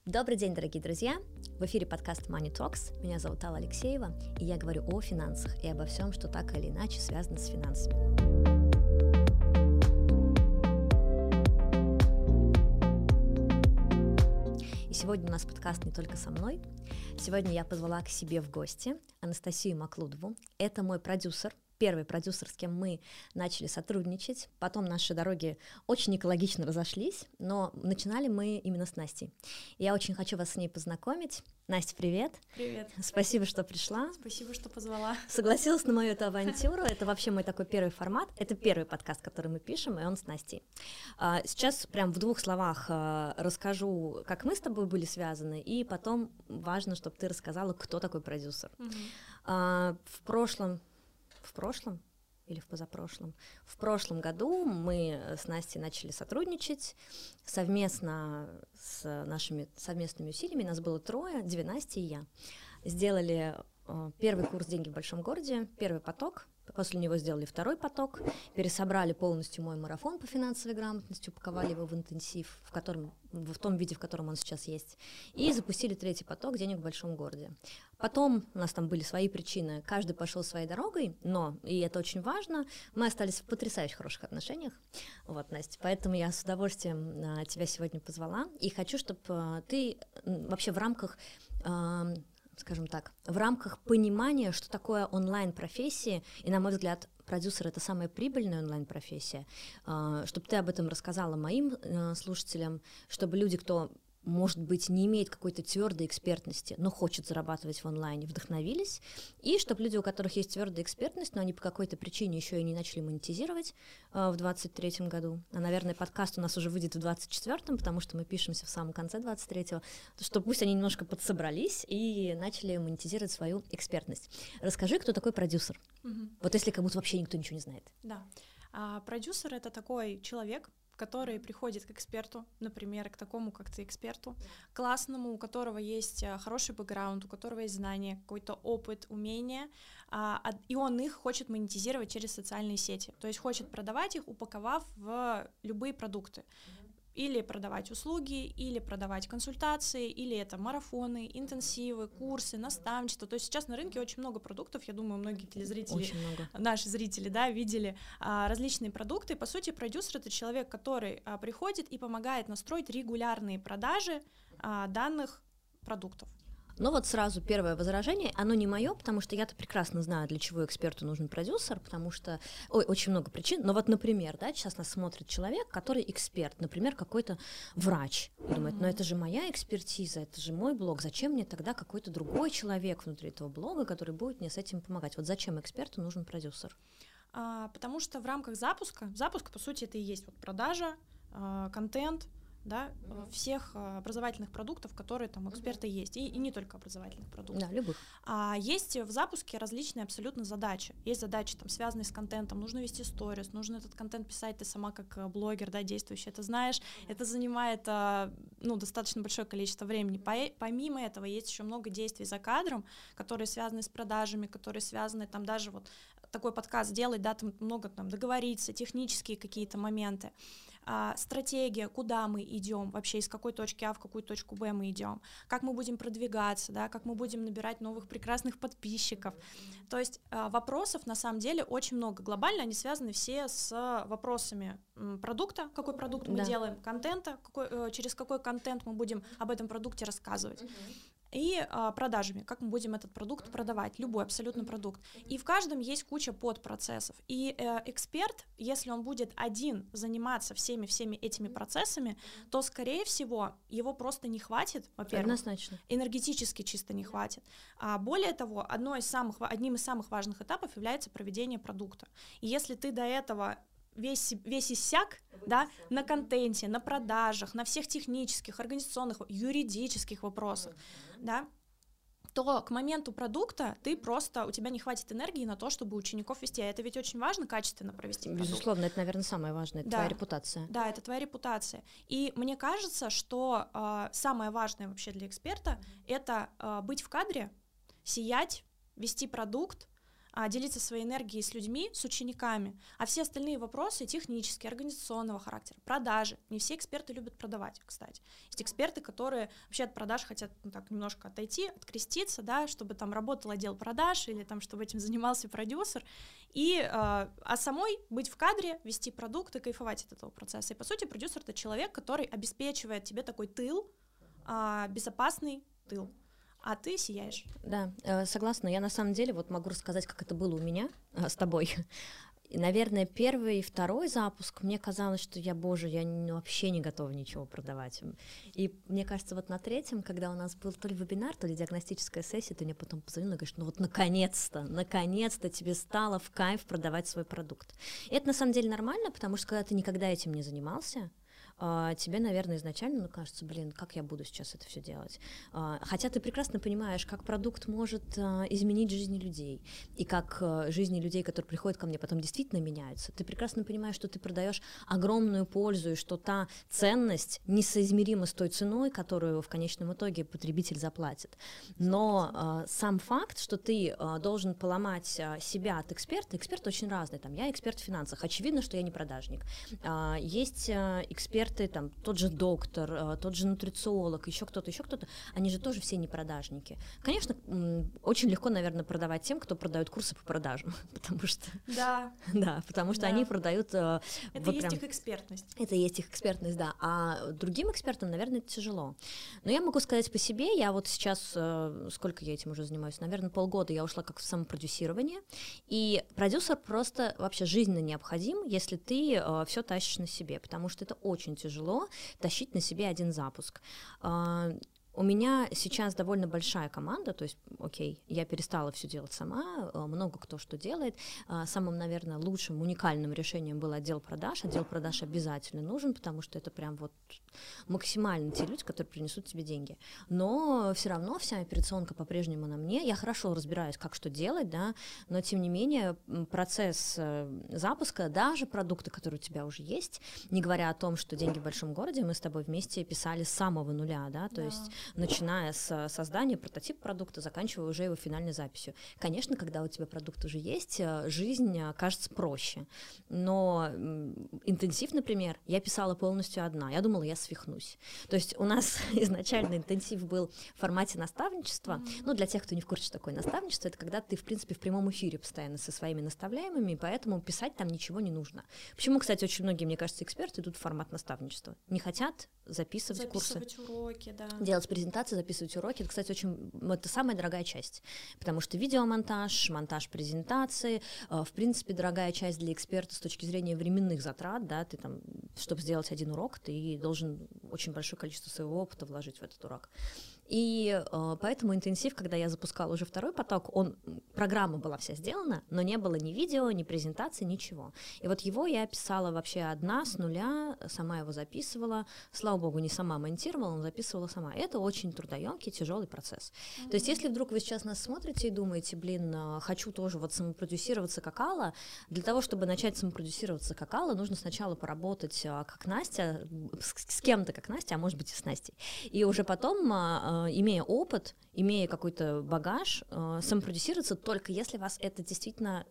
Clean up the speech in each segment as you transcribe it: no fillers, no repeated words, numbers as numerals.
Добрый день, дорогие друзья! В эфире подкаст Money Talks. Меня зовут Алла Алексеева, и я говорю о финансах и обо всем, что так или иначе связано с финансами. И сегодня у нас подкаст не только со мной. Сегодня я позвала к себе в гости Анастасию Маклудову. Это мой продюсер, первый продюсер, с кем мы начали сотрудничать. Потом наши дороги очень экологично разошлись, но начинали мы именно с Настей. И я очень хочу вас с ней познакомить. Настя, привет. Привет. Спасибо, что пришла. Спасибо, что позвала. Согласилась на мою эту авантюру. Это вообще мой такой первый формат. Это первый подкаст, который мы пишем, и он с Настей. Сейчас прям в 2 словах расскажу, как мы с тобой были связаны, и потом важно, чтобы ты рассказала, кто такой продюсер. В прошлом году мы с Настей начали сотрудничать совместно с нашими совместными усилиями. Нас было 3, 2 Насти и я. Сделали первый курс «Деньги в большом городе», первый поток. После него сделали 2 поток, пересобрали полностью мой марафон по финансовой грамотности, упаковали его в интенсив, в том виде, в котором он сейчас есть, и запустили 3 поток «Денег в большом городе». Потом у нас там были свои причины, каждый пошел своей дорогой, но, и это очень важно, мы остались в потрясающе хороших отношениях, вот, Настя, поэтому я с удовольствием тебя сегодня позвала, и хочу, чтобы ты вообще в рамках... скажем так, в рамках понимания, что такое онлайн-профессии, и, на мой взгляд, продюсер — это самая прибыльная онлайн-профессия, чтобы ты об этом рассказала моим слушателям, чтобы люди, кто, может быть, не имеет какой-то твердой экспертности, но хочет зарабатывать в онлайне, вдохновились, и чтобы люди, у которых есть твердая экспертность, но они по какой-то причине еще и не начали монетизировать в 2023 году, а, наверное, подкаст у нас уже выйдет в 2024, потому что мы пишемся в самом конце 2023, что пусть они немножко подсобрались и начали монетизировать свою экспертность. Расскажи, кто такой продюсер? Вот если кому-то вообще никто ничего не знает. Да. Продюсер — это такой человек, который приходит к эксперту, например, к такому, как ты, эксперту, классному, у которого есть хороший бэкграунд, у которого есть знания, какой-то опыт, умения, и он их хочет монетизировать через социальные сети, то есть хочет продавать их, упаковав в любые продукты. Или продавать услуги, или продавать консультации, или это марафоны, интенсивы, курсы, наставничество. То есть сейчас на рынке очень много продуктов, я думаю, многие телезрители, наши зрители, да, видели различные продукты. По сути, продюсер — это человек, который приходит и помогает настроить регулярные продажи данных продуктов. Ну вот сразу первое возражение, оно не мое, потому что я-то прекрасно знаю, для чего эксперту нужен продюсер, потому что, очень много причин, но вот, например, да, сейчас нас смотрит человек, который эксперт, например, какой-то врач, думает, ну это же моя экспертиза, это же мой блог, зачем мне тогда какой-то другой человек внутри этого блога, который будет мне с этим помогать? Вот зачем эксперту нужен продюсер? Потому что в рамках запуск, по сути, это и есть вот продажа, контент, да, всех образовательных продуктов, которые там у эксперта есть, и не только образовательных продуктов. Да, любых. Есть в запуске различные абсолютно задачи. Есть задачи, там, связанные с контентом, нужно вести сторис, нужно этот контент писать, ты сама как блогер, да, действующий, это знаешь, это занимает, достаточно большое количество времени. Помимо этого есть еще много действий за кадром, которые связаны с продажами, которые связаны, там, даже вот такой подкаст делать, да, там много там договориться, технические какие-то моменты, стратегия, куда мы идем, вообще из какой точки А в какую точку Б мы идем, как мы будем продвигаться, да, как мы будем набирать новых прекрасных подписчиков. То есть вопросов на самом деле очень много. Глобально они связаны все с вопросами продукта, какой продукт мы делаем, контента, через какой контент мы будем об этом продукте рассказывать. И продажами, как мы будем этот продукт продавать, любой абсолютно продукт. И в каждом есть куча подпроцессов. И эксперт, если он будет один заниматься всеми этими процессами, то, скорее всего, его просто не хватит, во-первых. Однозначно. Энергетически чисто не хватит. Более того, одним из самых важных этапов является проведение продукта. И если ты до этого весь иссяк, да, на контенте, на продажах, на всех технических, организационных, юридических вопросах, да, то к моменту продукта у тебя не хватит энергии на то, чтобы учеников вести. А это ведь очень важно, качественно провести продукт. Безусловно, это, наверное, самое важное, это твоя репутация. Да, это твоя репутация. И мне кажется, что самое важное вообще для эксперта — это быть в кадре, сиять, вести продукт, делиться своей энергией с людьми, с учениками, а все остальные вопросы технические, организационного характера, продажи. Не все эксперты любят продавать, кстати. Есть эксперты, которые вообще от продаж хотят так немножко отойти, откреститься, да, чтобы там работал отдел продаж или там, чтобы этим занимался продюсер, а самой быть в кадре, вести продукт и кайфовать от этого процесса. И, по сути, продюсер — это человек, который обеспечивает тебе такой тыл, безопасный тыл. А ты сияешь. Да, согласна. Я на самом деле вот могу рассказать, как это было у меня с тобой. И, наверное, первый и второй запуск, мне казалось, что я вообще не готова ничего продавать. И мне кажется, вот на третьем, когда у нас был то ли вебинар, то ли диагностическая сессия, ты мне потом позвонила и говоришь, ну вот наконец-то тебе стало в кайф продавать свой продукт. И это на самом деле нормально, потому что когда ты никогда этим не занимался, тебе, наверное, изначально кажется, как я буду сейчас это все делать. Хотя ты прекрасно понимаешь, как продукт может изменить жизни людей, и как жизни людей, которые приходят ко мне, потом действительно меняются. Ты прекрасно понимаешь, что ты продаешь огромную пользу, и что та ценность несоизмерима с той ценой, которую в конечном итоге потребитель заплатит. Но сам факт, что ты должен поломать себя от эксперта, эксперт очень разный. Я эксперт в финансах, очевидно, что я не продажник. Есть эксперты, там, тот же доктор, тот же нутрициолог, еще кто-то, они же тоже все не продажники. Конечно, очень легко, наверное, продавать тем, кто продает курсы по продажам, потому что... Да. Да, потому что они продают... Это есть их экспертность. Это есть их экспертность, да. А другим экспертам, наверное, это тяжело. Но я могу сказать по себе, я вот сейчас, сколько я этим уже занимаюсь, наверное, полгода я ушла как в самопродюсирование, и продюсер просто вообще жизненно необходим, если ты все тащишь на себе, потому что это очень тяжело тащить на себе один запуск. У меня сейчас довольно большая команда, то есть, окей, я перестала все делать сама, много кто что делает. Самым, наверное, лучшим, уникальным решением был отдел продаж. Отдел продаж обязательно нужен, потому что это прям вот максимально те люди, которые принесут тебе деньги. Но все равно вся операционка по-прежнему на мне. Я хорошо разбираюсь, как что делать, да, но тем не менее процесс запуска, даже продукты, которые у тебя уже есть, не говоря о том, что «Деньги в большом городе» мы с тобой вместе писали с самого нуля, да, то есть начиная с создания прототипа продукта, заканчивая уже его финальной записью. Конечно, когда у тебя продукт уже есть, жизнь кажется проще. Но интенсив, например, я писала полностью одна. Я думала, я свихнусь. То есть у нас изначально интенсив был в формате наставничества. Ну, для тех, кто не в курсе, что такое наставничество, это когда ты, в принципе, в прямом эфире постоянно со своими наставляемыми, и поэтому писать там ничего не нужно. Почему, кстати, очень многие, мне кажется, эксперты идут в формат наставничества. Не хотят записывать курсы. Уроки, да. Делать презентации, записывать уроки. Это, кстати, это самая дорогая часть, потому что видеомонтаж, монтаж презентации, в принципе, дорогая часть для эксперта с точки зрения временных затрат, да, ты там, чтобы сделать один урок, ты должен очень большое количество своего опыта вложить в этот урок. И поэтому интенсив, когда я запускала уже второй поток, программа была вся сделана, но не было ни видео, ни презентации, ничего. И вот его я писала вообще одна, с нуля, сама его записывала, слава богу, не сама монтировала, но записывала сама. Это очень трудоемкий, тяжелый процесс. То есть если вдруг вы сейчас нас смотрите и думаете, хочу тоже вот самопродюсироваться как Алла, для того, чтобы начать самопродюсироваться как Алла, нужно сначала поработать как Настя, с кем-то как Настя, а может быть и с Настей. И уже потом, имея опыт, имея какой-то багаж, самопродюсироваться только если вас это действительно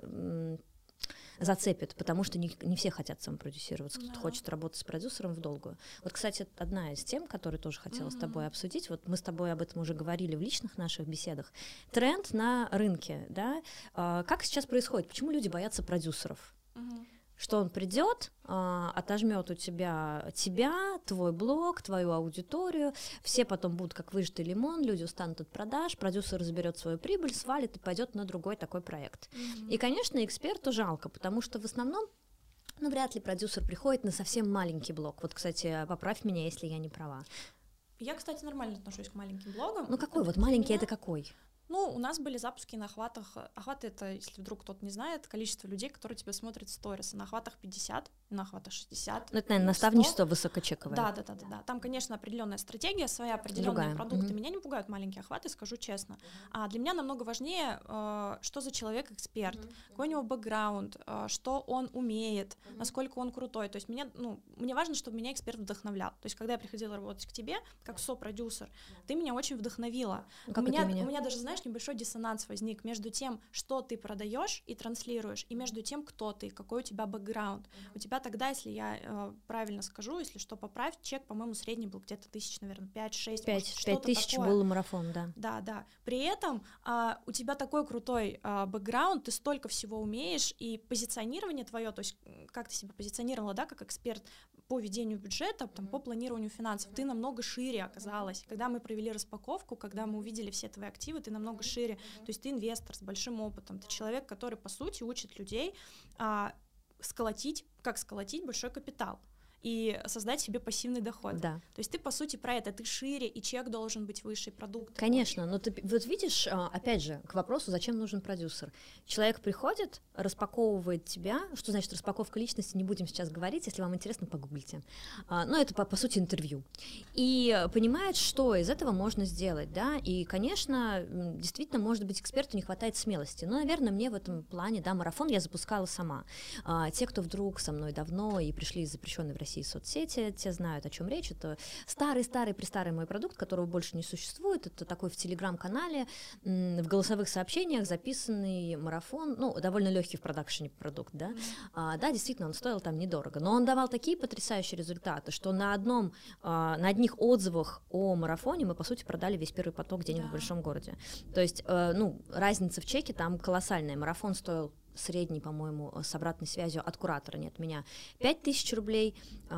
зацепит, потому что не все хотят самопродюсироваться, кто-то хочет работать с продюсером в долгую. Вот, кстати, это одна из тем, которую тоже хотела с тобой обсудить. Вот мы с тобой об этом уже говорили в личных наших беседах. Тренд на рынке, да? Как сейчас происходит? Почему люди боятся продюсеров? Что он придет, отожмет у тебя, твой блог, твою аудиторию, все потом будут как выжатый лимон, люди устанут от продаж, продюсер заберет свою прибыль, свалит и пойдет на другой такой проект. И, конечно, эксперту жалко, потому что в основном, вряд ли продюсер приходит на совсем маленький блог. Вот, кстати, поправь меня, если я не права. Я, кстати, нормально отношусь к маленьким блогам. Какой вот маленький, это какой? У нас были запуски на охватах. Охваты — это, если вдруг кто-то не знает, количество людей, которые тебя смотрят в сторис. На охватах 50 на охвата 60. Ну, это, наверное, наставничество высокочековое. Да. Там, конечно, определенная стратегия, своя определенные продукты. Меня не пугают маленькие охваты, скажу честно. А для меня намного важнее, что за человек-эксперт, какой у него бэкграунд, что он умеет, насколько он крутой. То есть мне важно, чтобы меня эксперт вдохновлял. То есть когда я приходила работать к тебе, как сопродюсер, ты меня очень вдохновила. У меня даже, знаешь, небольшой диссонанс возник между тем, что ты продаешь и транслируешь, и между тем, кто ты, какой у тебя бэкграунд. У тебя тогда, если я правильно скажу, если что, поправь, чек, по-моему, средний был где-то 1000, наверное, 5-6, 5 тысяч был марафон, да. Да. При этом у тебя такой крутой бэкграунд, ты столько всего умеешь, и позиционирование твое, то есть как ты себя позиционировала, да, как эксперт по ведению бюджета, там, по планированию финансов, ты намного шире оказалась. Когда мы провели распаковку, когда мы увидели все твои активы, ты намного шире. То есть ты инвестор с большим опытом, ты человек, который, по сути, учит людей как сколотить большой капитал и создать себе пассивный доход. Да. То есть ты, по сути, про это, ты шире, и чек должен быть выше, и продукт. Конечно, но ты вот видишь, опять же, к вопросу, зачем нужен продюсер. Человек приходит, распаковывает тебя, что значит распаковка личности, не будем сейчас говорить, если вам интересно, погуглите. Но это, по сути, интервью. И понимает, что из этого можно сделать, да, и, конечно, действительно, может быть, эксперту не хватает смелости, но, наверное, мне в этом плане, да, марафон я запускала сама. Те, кто вдруг со мной давно и пришли из запрещенной в России соцсети, те знают, о чем речь. Это старый мой продукт, которого больше не существует. Это такой в телеграм-канале, в голосовых сообщениях записанный марафон, довольно легкий в продакшене продукт, да. Да, действительно, он стоил там недорого, но он давал такие потрясающие результаты, что на одних отзывах о марафоне мы, по сути, продали весь первый поток денег в большом городе. То есть, разница в чеке там колоссальная. Марафон стоил средний, по-моему, с обратной связью от куратора, не от меня, 5000 рублей.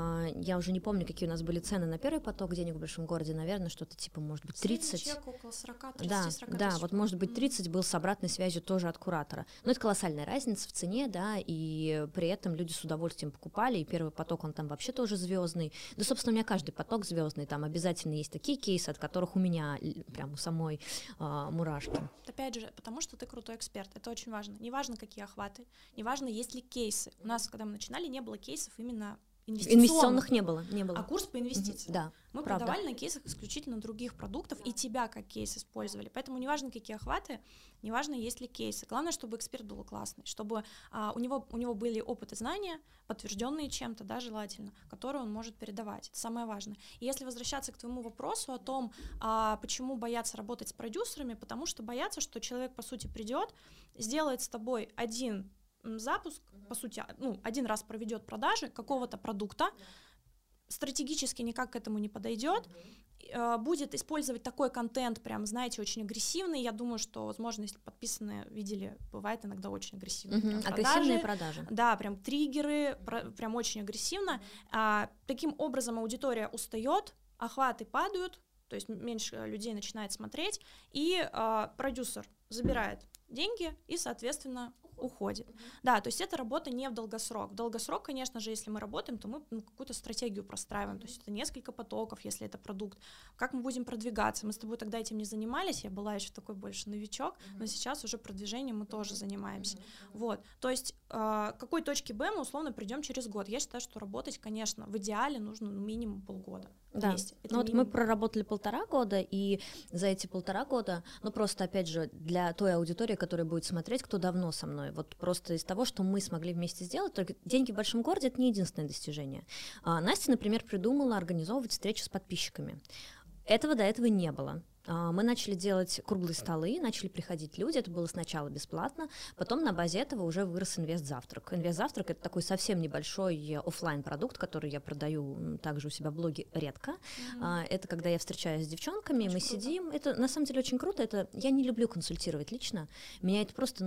Я уже не помню, какие у нас были цены на первый поток денег в большом городе, наверное, что-то типа, может быть, 30. Средний чек около 40-30-40 да, вот, может быть, 30 был с обратной связью тоже от куратора. Но это колоссальная разница в цене, да, и при этом люди с удовольствием покупали, и первый поток, он там вообще тоже звездный. Да, собственно, у меня каждый поток звездный, там обязательно есть такие кейсы, от которых у меня прям у самой мурашки. Опять же, потому что ты крутой эксперт, это очень важно. Неважно, какие охваты, неважно, есть ли кейсы. У нас, когда мы начинали, не было кейсов именно инвестиционных не было. А курс по инвестициям. Да, мы продавали на кейсах исключительно других продуктов, и тебя как кейс использовали. Поэтому неважно, какие охваты, неважно, есть ли кейсы. Главное, чтобы эксперт был классный, чтобы у него были опыт и знания, подтвержденные чем-то, да, желательно, которые он может передавать. Это самое важное. И если возвращаться к твоему вопросу о том, почему боятся работать с продюсерами, потому что боятся, что человек, по сути, придет, сделает с тобой один запуск, по сути, один раз проведет продажи какого-то продукта, стратегически никак к этому не подойдет, будет использовать такой контент, прям, знаете, очень агрессивный. Я думаю, что, возможно, если подписанные видели, бывает иногда очень агрессивные агрессивные продажи. Да, прям триггеры, прям очень агрессивно. Таким образом аудитория устает, охваты падают, то есть меньше людей начинает смотреть, и продюсер забирает деньги и, соответственно, уходит. Да, то есть это работа не в долгосрок. В долгосрок, конечно же, если мы работаем, то мы какую-то стратегию простраиваем, то есть это несколько потоков, если это продукт. Как мы будем продвигаться? Мы с тобой тогда этим не занимались, я была еще такой больше новичок, но сейчас уже продвижением мы тоже занимаемся. Вот, то есть к какой точке Б мы условно придем через год. Я считаю, что работать, конечно, в идеале нужно минимум полгода. Да, вот мы проработали 1,5 года, и за эти 1,5 года, просто, опять же, для той аудитории, которая будет смотреть, кто давно со мной, вот просто из того, что мы смогли вместе сделать, только деньги в большом городе — это не единственное достижение. Настя, например, придумала организовывать встречи с подписчиками. Этого до этого не было. Мы начали делать круглые столы, начали приходить люди, это было сначала бесплатно, потом на базе этого уже вырос инвестзавтрак. Инвестзавтрак — это такой совсем небольшой офлайн продукт, который я продаю также у себя в блоге редко. Это когда я встречаюсь с девчонками, очень мы круто. Сидим, это на самом деле очень круто, я не люблю консультировать лично, меня это просто,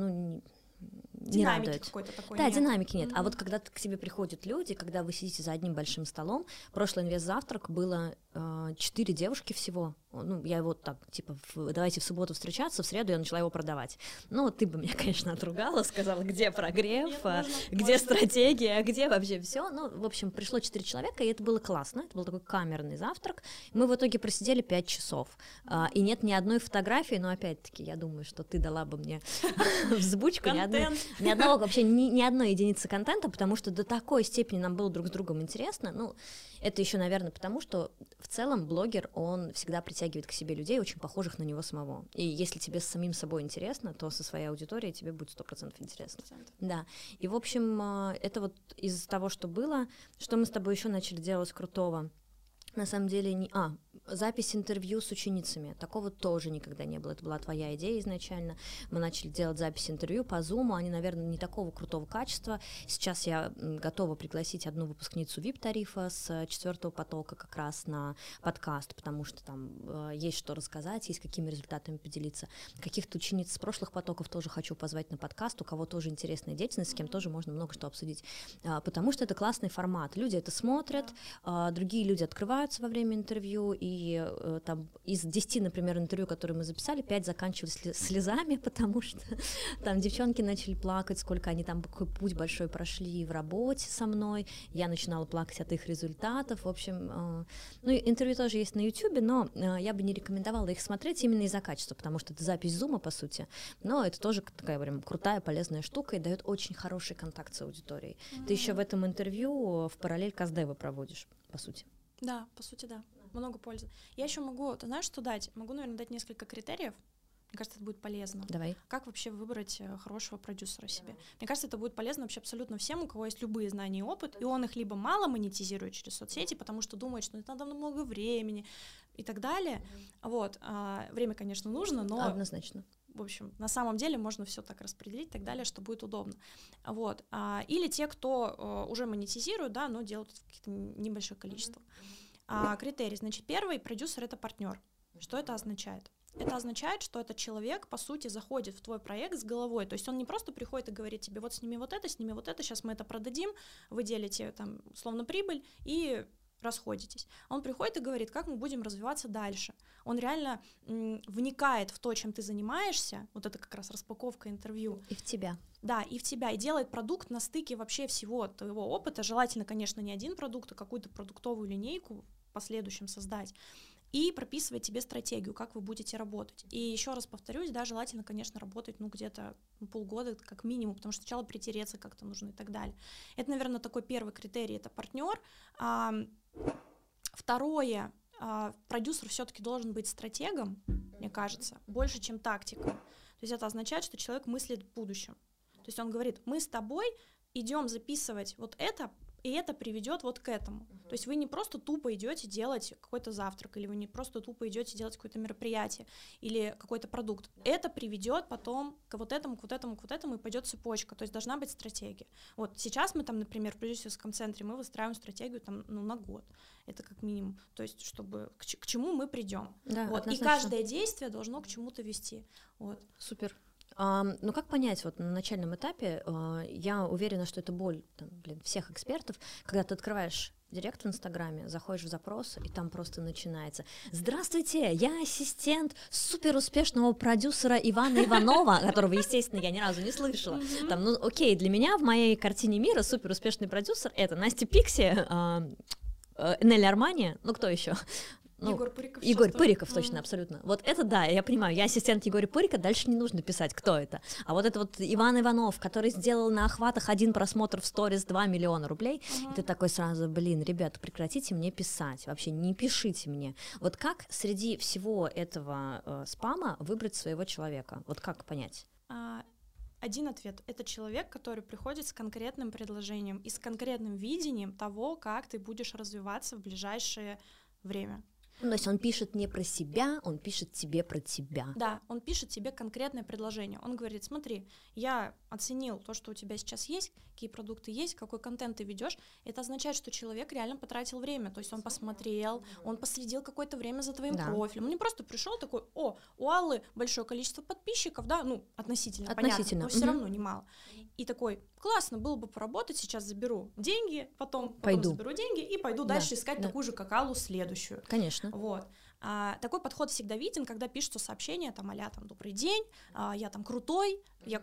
не радует. Какой-то такой нет. Динамики нет. А вот когда к тебе приходят люди, когда вы сидите за одним большим столом, прошлый инвестзавтрак было 4 девушки всего. Ну, я его так, типа, давайте в субботу встречаться, в среду я начала его продавать. Ну, ты бы меня, конечно, отругала, сказала, где прогрев, где стратегия, где вообще все. Ну, в общем, пришло 4 человека, и это было классно. Это был такой камерный завтрак. Мы в итоге просидели 5 часов. И нет ни одной фотографии, но опять-таки, я думаю, что ты дала бы мне взбучку, ни одного, вообще ни одной единицы контента, потому что до такой степени нам было друг с другом интересно. Ну, это еще, наверное, потому что в целом блогер, он всегда притягивает к себе людей, очень похожих на него самого. И если тебе с самим собой интересно, то со своей аудиторией тебе будет 100% интересно. 100%. Да. И, в общем, это вот из того, что было. Что мы с тобой еще начали делать крутого? На самом деле, запись интервью с ученицами. Такого тоже никогда не было. Это была твоя идея изначально. Мы начали делать запись интервью по Zoom. Они, наверное, не такого крутого качества. Сейчас я готова пригласить одну выпускницу VIP-тарифа с 4-го потока как раз на подкаст, потому что там есть что рассказать, есть какими результатами поделиться. Каких-то учениц с прошлых потоков тоже хочу позвать на подкаст, у кого тоже интересная деятельность, с кем тоже можно много что обсудить. Потому что это классный формат. Люди это смотрят, другие люди открывают во время интервью, и там из 10, например, интервью, которые мы записали, 5 заканчивались слезами, потому что там девчонки начали плакать, сколько они там какой путь большой прошли в работе со мной, я начинала плакать от их результатов, в общем, ну, интервью тоже есть на YouTube, но я бы не рекомендовала их смотреть именно из-за качества, потому что это запись зума, по сути, но это тоже такая прям крутая, полезная штука и дает очень хороший контакт с аудиторией. Ты еще в этом интервью в параллель каздева проводишь, по сути. Да, по сути, да. Много пользы. Я еще могу, ты знаешь, что дать? Могу, наверное, дать несколько критериев. Мне кажется, это будет полезно. Давай. Как вообще выбрать хорошего продюсера себе? Мне кажется, это будет полезно вообще абсолютно всем, у кого есть любые знания и опыт, и он их либо мало монетизирует через соцсети, потому что думает, что это надо много времени и так далее. Вот. Время, конечно, нужно, но... Однозначно. В общем, на самом деле можно все так распределить и так далее, что будет удобно. Вот. Или те, кто уже монетизирует, да, но делают в каких-то небольших количествах. Критерий. Значит, первый продюсер — это партнер. Что это означает? Это означает, что этот человек, по сути, заходит в твой проект с головой. То есть он не просто приходит и говорит тебе, вот сними вот это, сейчас мы это продадим, вы делите там условно прибыль и расходитесь. Он приходит и говорит, как мы будем развиваться дальше. Он реально вникает в то, чем ты занимаешься, вот это как раз распаковка интервью. И в тебя. Да, и в тебя, и делает продукт на стыке вообще всего твоего опыта, желательно, конечно, не один продукт, а какую-то продуктовую линейку в последующем создать, и прописывает тебе стратегию, как вы будете работать. И еще раз повторюсь, да, желательно, конечно, работать, где-то полгода как минимум, потому что сначала притереться как-то нужно и так далее. Это, наверное, такой первый критерий, это партнер. Второе, продюсер все-таки должен быть стратегом, мне кажется, больше, чем тактиком. То есть это означает, что человек мыслит в будущем. То есть он говорит, мы с тобой идем записывать вот это, и это приведет вот к этому. То есть вы не просто тупо идете делать какой-то завтрак, или вы не просто тупо идете делать какое-то мероприятие или какой-то продукт. Это приведет потом к вот этому, к вот этому, к вот этому, и пойдет цепочка. То есть должна быть стратегия. Вот сейчас мы там, например, в продюсерском центре мы выстраиваем стратегию там, на год. Это как минимум. То есть чтобы к чему мы придем. Да, вот. И каждое действие должно к чему-то вести. Вот. Супер. Ну, как понять, вот на начальном этапе, я уверена, что это боль всех экспертов, когда ты открываешь директ в Инстаграме, заходишь в запрос, и там просто начинается: «Здравствуйте, я ассистент суперуспешного продюсера Ивана Иванова», которого, естественно, я ни разу не слышала. Там, окей, для меня в моей картине мира суперуспешный продюсер — это Настя Пикси, Нелли Армани, кто еще? Егор Пыриков, точно, абсолютно. Вот это да, я понимаю, я ассистент Егоря Пырика, дальше не нужно писать, кто это. А вот это вот Иван Иванов, который сделал на охватах 1 просмотр в сторис 2 миллиона рублей, и ты такой сразу: ребята, прекратите мне писать, вообще не пишите мне. Вот как среди всего этого спама выбрать своего человека? Вот как понять? Один ответ — это человек, который приходит с конкретным предложением и с конкретным видением того, как ты будешь развиваться в ближайшее время. То есть он пишет не про себя, он пишет тебе про тебя. Да, он пишет тебе конкретное предложение. Он говорит: смотри, я оценил то, что у тебя сейчас есть, какие продукты есть, какой контент ты ведешь. Это означает, что человек реально потратил время. То есть он посмотрел, он последил какое-то время за твоим профилем. Он не просто пришел такой: о, у Аллы большое количество подписчиков, да, ну, относительно. Понятно, но все равно немало. И такой: классно, было бы поработать, сейчас заберу деньги, потом заберу деньги и пойду дальше искать такую же, как Аллу, следующую. Конечно. Вот. Такой подход всегда виден, когда пишутся сообщения, там, а-ля, там, добрый день, я там крутой,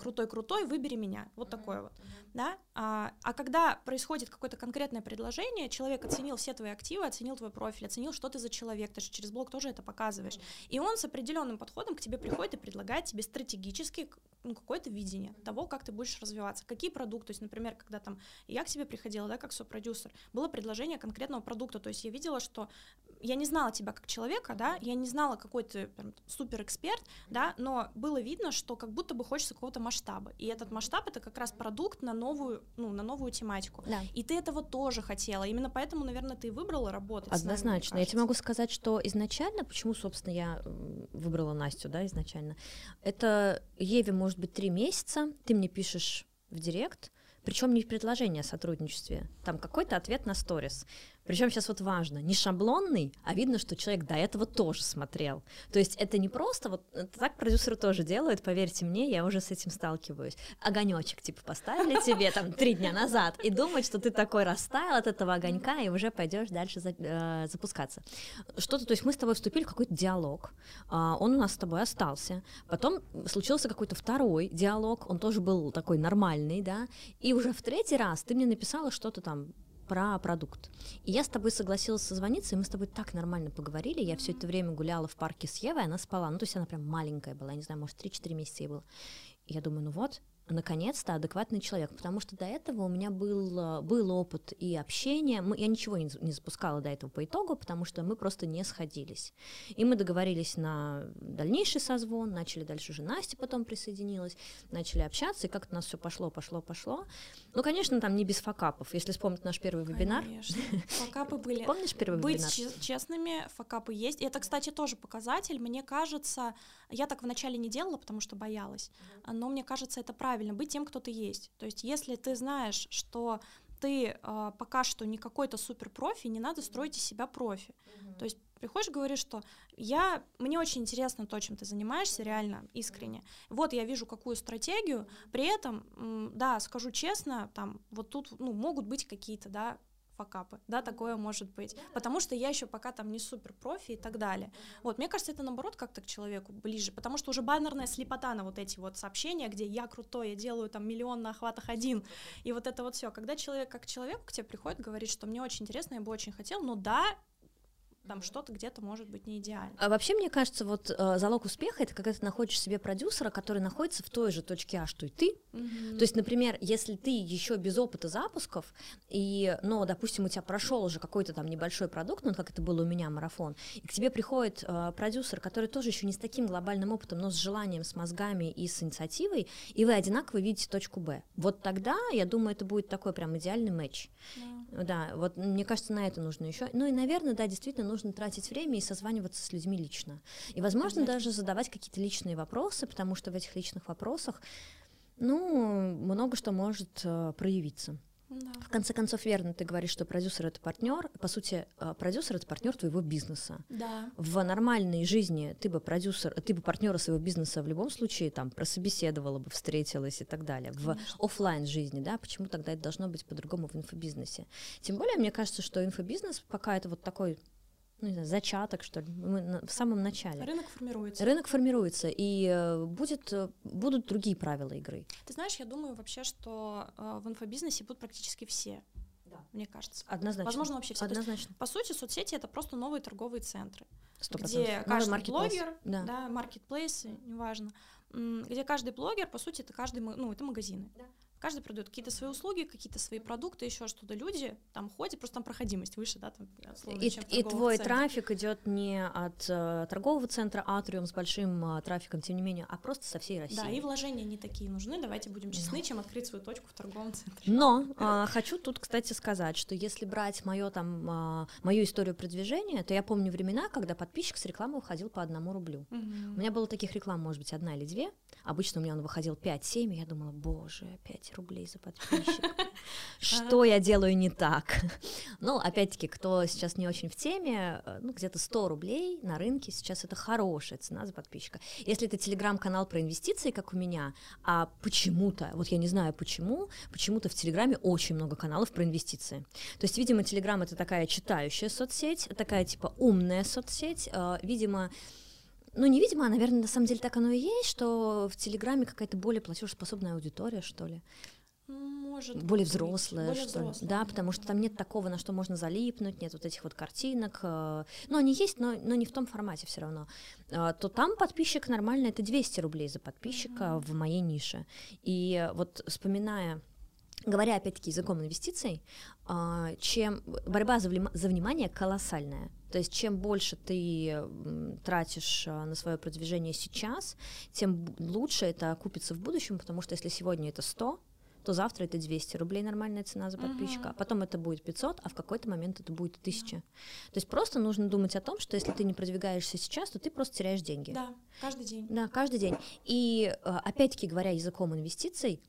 выбери меня, вот такое вот, да, а когда происходит какое-то конкретное предложение, человек оценил все твои активы, оценил твой профиль, оценил, что ты за человек, ты же через блог тоже это показываешь, и он с определенным подходом к тебе приходит и предлагает тебе стратегически какое-то видение того, как ты будешь развиваться, какие продукты, то есть, например, когда там я к тебе приходила, да, как сопродюсер, было предложение конкретного продукта, то есть я видела, что я не знала тебя как человека, да, я не знала, какой ты суперэксперт, да, но было видно, что как будто бы хочется какого-то масштаба, и этот масштаб — это как раз продукт на новую тематику, да. И ты этого тоже хотела, именно поэтому, наверное, ты и выбрала работать с нами. Однозначно, я тебе могу сказать, что изначально, почему, собственно, я выбрала Настю, да, изначально, это Еве, может быть, 3 месяца, ты мне пишешь в директ, причем не в предложении о сотрудничестве, там какой-то ответ на сторис. Причем сейчас вот важно, не шаблонный, а видно, что человек до этого тоже смотрел. То есть это не просто, вот так продюсеры тоже делают, поверьте мне, я уже с этим сталкиваюсь. Огонечек типа поставили тебе там 3 дня назад и думают, что ты такой растаял от этого огонька и уже пойдешь дальше запускаться. Что-то, то есть мы с тобой вступили в какой-то диалог, он у нас с тобой остался, потом случился какой-то второй диалог, он тоже был такой нормальный, да, и уже в 3-й раз ты мне написала что-то там про продукт. И я с тобой согласилась созвониться, и мы с тобой так нормально поговорили. Я все это время гуляла в парке с Евой, она спала. Ну, то есть она прям маленькая была, я не знаю, может, 3-4 месяца ей было. И я думаю, ну вот, наконец-то адекватный человек, потому что до этого у меня был опыт и общения, я ничего не запускала до этого по итогу, потому что мы просто не сходились. И мы договорились на дальнейший созвон, начали дальше уже Настя потом присоединилась, начали общаться, и как-то у нас все пошло. Ну, конечно, там не без факапов, если вспомнить наш первый вебинар. Конечно, факапы были. Помнишь первый вебинар? Быть честными, факапы есть. И это, кстати, тоже показатель, мне кажется, я так вначале не делала, потому что боялась, но мне кажется, это правильно, быть тем, кто ты есть. То есть если ты знаешь, что ты пока что не какой-то суперпрофи, не надо строить из себя профи. То есть приходишь, говоришь, что мне очень интересно то, чем ты занимаешься, реально, искренне. Вот я вижу какую стратегию, при этом, да, скажу честно, там вот тут могут быть какие-то, да, факапы, да, такое может быть, потому что я еще пока там не супер профи и так далее. Вот, мне кажется, это наоборот как-то к человеку ближе, потому что уже баннерная слепота на вот эти вот сообщения, где я крутой, я делаю там 1 миллион на охватах 1, и вот это вот все. Когда человек как человек к тебе приходит, говорит, что мне очень интересно, я бы очень хотел, но да, там что-то где-то может быть не идеально. А вообще, мне кажется, вот залог успеха — это когда ты находишь себе продюсера, который находится в той же точке А, что и ты. То есть, например, если ты еще без опыта запусков, но, допустим, у тебя прошел уже какой-то там небольшой продукт, ну, как это было у меня, марафон, и к тебе приходит продюсер, который тоже еще не с таким глобальным опытом, но с желанием, с мозгами и с инициативой, и вы одинаково видите точку Б. Вот тогда, я думаю, это будет такой прям идеальный матч. Да, вот мне кажется, на это нужно еще. Ну и, наверное, да, действительно нужно тратить время и созваниваться с людьми лично. И, возможно, даже задавать какие-то личные вопросы, потому что в этих личных вопросах, много что может проявиться. Да. В конце концов, верно, ты говоришь, что продюсер — это партнер. По сути, продюсер — это партнер твоего бизнеса. Да. В нормальной жизни ты бы партнера своего бизнеса в любом случае там прособеседовала бы, встретилась и так далее. Конечно. В офлайн жизни, да, почему тогда это должно быть по-другому в инфобизнесе? Тем более, мне кажется, что инфобизнес пока это вот такой, не знаю, зачаток, что ли, мы в самом начале. Рынок формируется, и будут другие правила игры. Ты знаешь, я думаю вообще, что в инфобизнесе будут практически все. Да. Мне кажется. Однозначно. Возможно, вообще все. Однозначно. То есть, по сути, соцсети — это просто новые торговые центры, 100%. где каждый блогер, да, маркетплейсы, неважно, где каждый блогер, по сути, это это магазины. Да. Каждый продает какие-то свои услуги, какие-то свои продукты, еще что-то. Люди там ходят, просто там проходимость выше, да, там, условно, чем в И твой центрах. трафик идет не от торгового центра Атриум с большим трафиком, тем не менее, а просто со всей России. Да, и вложения не такие нужны, давайте будем честны, чем открыть свою точку в торговом центре. Но хочу тут, кстати, сказать, что если брать мою историю продвижения, то я помню времена, когда подписчик с рекламы выходил по 1 рублю. У меня было таких реклам, может быть, 1 или 2. Обычно у меня он выходил 5-7, и я думала, боже, 5 рублей за подписчика. Что я делаю не так? Ну, опять-таки, кто сейчас не очень в теме, ну, где-то 100 рублей на рынке сейчас это хорошая цена за подписчика. Если это телеграм-канал про инвестиции, как у меня, а почему-то, вот я не знаю почему-то в Телеграме очень много каналов про инвестиции. То есть, видимо, Телеграм — это такая читающая соцсеть, такая типа умная соцсеть, видимо, невидимо, а, наверное, на самом деле так оно и есть, что в Телеграме какая-то более платежеспособная аудитория, что ли. Может более быть, взрослая, что ли. Да, потому что там нет такого, на что можно залипнуть, нет вот этих вот картинок. Они есть, но не в том формате все равно. То там подписчик нормально, это 200 рублей за подписчика в моей нише. И вот говоря опять-таки языком инвестиций, чем борьба за внимание колоссальная. То есть чем больше ты тратишь на свое продвижение сейчас, тем лучше это окупится в будущем, потому что если сегодня это 100, то завтра это 200 рублей нормальная цена за подписчика, а потом это будет 500, а в какой-то момент это будет 1000. То есть просто нужно думать о том, что если ты не продвигаешься сейчас, то ты просто теряешь деньги. Да, каждый день. Да, каждый день. И опять-таки говоря языком инвестиций,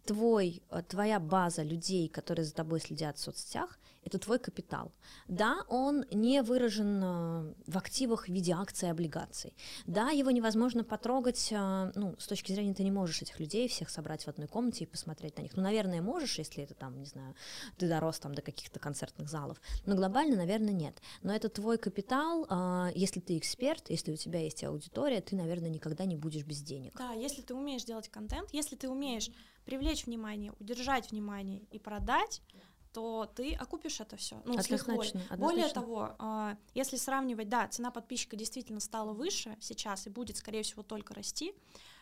твоя база людей, которые за тобой следят в соцсетях, это твой капитал. Да, он не выражен в активах в виде акций и облигаций. Да, его невозможно потрогать, с точки зрения ты не можешь этих людей всех собрать в одной комнате и посмотреть на них. Наверное, можешь, если это там, не знаю, ты дорос там до каких-то концертных залов, но глобально, наверное, нет. Но это твой капитал, если ты эксперт, если у тебя есть аудитория, ты, наверное, никогда не будешь без денег. Да, если ты умеешь делать контент, если ты умеешь привлечь внимание, удержать внимание и продать, то ты окупишь это все. С лихвой. Более того, если сравнивать, да, цена подписчика действительно стала выше сейчас и будет, скорее всего, только расти,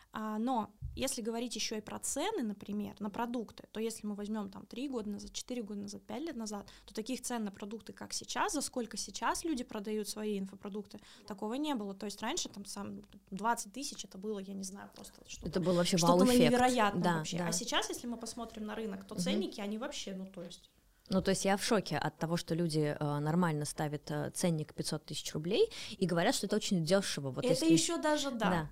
но если говорить еще и про цены, например, на продукты, то если мы возьмем там 3 года назад, 4 года назад, 5 лет назад, то таких цен на продукты, как сейчас, за сколько сейчас люди продают свои инфопродукты, такого не было. То есть раньше там 20 тысяч это было, я не знаю, просто что-то. Это было вообще что-то вау-эффект. невероятное вообще. Да. А сейчас, если мы посмотрим на рынок, то ценники, они вообще, то есть я в шоке от того, что люди нормально ставят ценник 500 тысяч рублей и говорят, что это очень дешево. Вот это еще даже да.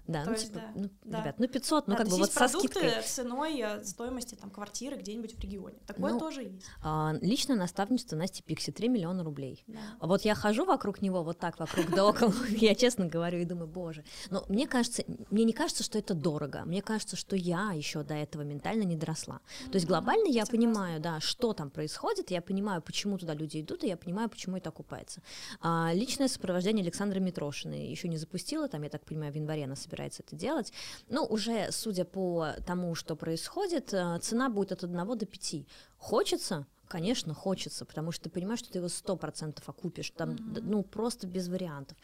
Ребят, 500, да, как бы вот со скидкой. Ценой стоимости там квартиры где-нибудь в регионе. Такое тоже есть. Личное наставничество Насти Пикси 3 миллиона рублей. Да. Вот я хожу вокруг него вот так, вокруг да около, я честно говорю и думаю, боже. Но мне не кажется, что это дорого. Мне кажется, что я еще до этого ментально не доросла. То есть глобально я понимаю, да, что там происходит, я понимаю, почему туда люди идут, и я понимаю, почему это окупается. Личное сопровождение Александры Митрошиной еще не запустила, там, я так понимаю, в январе она собирается это делать. Уже, судя по тому, что происходит, цена будет от 1 до 5. Хочется? Конечно, хочется, потому что ты понимаешь, что ты его 100% окупишь, там, просто без вариантов.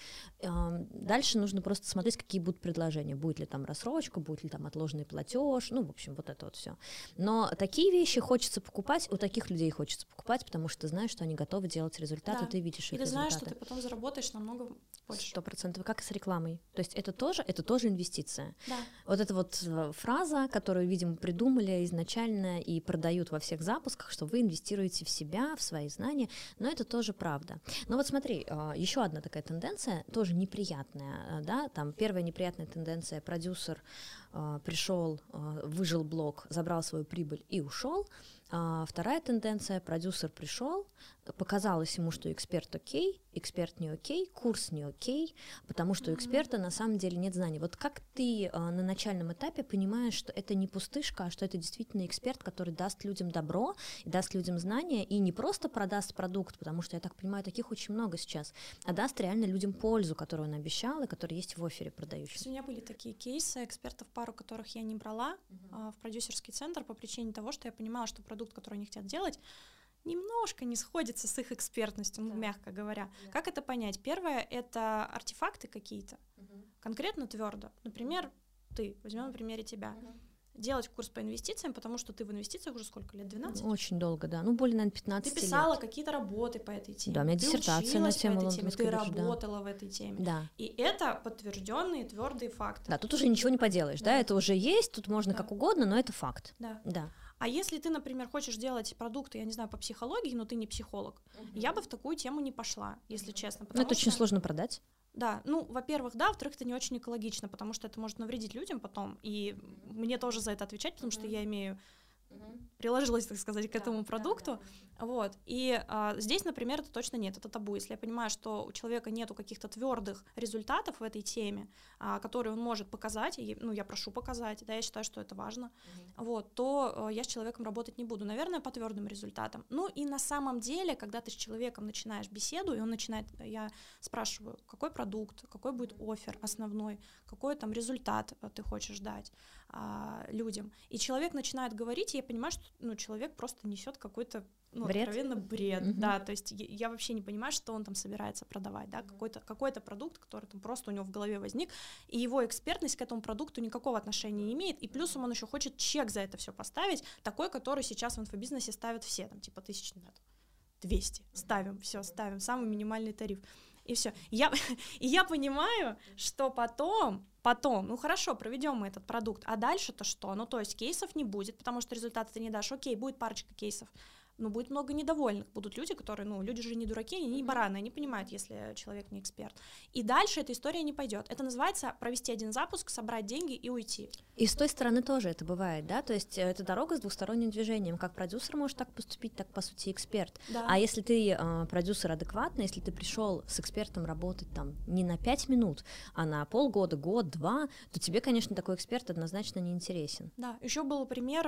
Дальше нужно просто смотреть, какие будут предложения, будет ли там рассрочка, будет ли там отложенный платеж, в общем, вот это вот все. Но такие вещи хочется покупать, у таких людей хочется покупать, потому что ты знаешь, что они готовы делать результаты, да. ты видишь их результаты. И ты знаешь, что ты потом заработаешь намного больше. 100%, как и с рекламой. То есть это тоже инвестиция. Да. Вот эта вот фраза, которую, видимо, придумали изначально и продают во всех запусках, что вы инвестируете в себя, в свои знания, но это тоже правда. Но вот смотри, еще одна такая тенденция, тоже неприятная, да, там первая неприятная тенденция, продюсер пришел, выжил блог, забрал свою прибыль и ушел. Вторая тенденция, продюсер пришел, показалось ему, что эксперт окей, эксперт не окей, курс не окей, потому что у эксперта на самом деле нет знаний. Вот как ты на начальном этапе понимаешь, что это не пустышка, а что это действительно эксперт, который даст людям добро, и даст людям знания, и не просто продаст продукт, потому что, я так понимаю, таких очень много сейчас, а даст реально людям пользу, которую он обещал, и которая есть в оффере продающем. У меня были такие кейсы, экспертов, пару которых я не брала в продюсерский центр по причине того, что я понимала, что продукт, который они хотят делать, немножко не сходится с их экспертностью, мягко говоря. Как это понять? Первое — это артефакты какие-то, конкретно твердо. Например, ты, возьмем на примере тебя. делать курс по инвестициям, потому что ты в инвестициях уже сколько лет? 12? Очень долго, да. Ну, более, наверное, 15 лет. Ты писала какие-то работы по этой теме. Да, у меня диссертация на тему лондонской биржи. Ты работала в этой теме. Да. И это подтвержденные твердые факты. Да, тут уже ничего не поделаешь, да, это уже есть, тут можно как угодно, но это факт. Да. А если ты, например, хочешь делать продукты, я не знаю, по психологии, но ты не психолог, я бы в такую тему не пошла, если честно. Но это очень сложно продать. Да, ну, во-первых, да, во-вторых, это не очень экологично, потому что это может навредить людям потом, и мне тоже за это отвечать, потому что я имею... приложилась, так сказать, к этому продукту, вот, и здесь, например, это точно нет, это табу. Если я понимаю, что у человека нету каких-то твердых результатов в этой теме, которые он может показать, и, ну, я прошу показать, да, я считаю, что это важно, вот, то я с человеком работать не буду, наверное, по твердым результатам. Ну, и на самом деле, когда ты с человеком начинаешь беседу, и он начинает, я спрашиваю, какой продукт, какой будет оффер основной, какой там результат ты хочешь дать людям, и человек начинает говорить, и я понимаю, что, ну, человек просто несет какой-то, ну, бред? Откровенно бред, да, то есть я вообще не понимаю, что он там собирается продавать, да, какой-то продукт, который там просто у него в голове возник, и его экспертность к этому продукту никакого отношения не имеет, и плюсом он еще хочет чек за это все поставить, такой, который сейчас в инфобизнесе ставят все, там, типа 1200, ставим, самый минимальный тариф, и все. И я понимаю, что потом, ну хорошо, проведем мы этот продукт, а дальше-то что? Ну, то есть кейсов не будет, потому что результаты ты не дашь, окей, будет парочка кейсов, но будет много недовольных, будут люди, которые, ну, люди же не дураки, они не бараны, они понимают, если человек не эксперт. И дальше эта история не пойдет. Это называется провести один запуск, собрать деньги и уйти. И с той стороны тоже это бывает, да, то есть это дорога с двухсторонним движением, как продюсер может так поступить, так, по сути, эксперт. Да. А если ты продюсер адекватный, если ты пришел с экспертом работать там не на 5 минут, а на полгода, год, два, то тебе, конечно, такой эксперт однозначно не интересен. Да, еще был пример,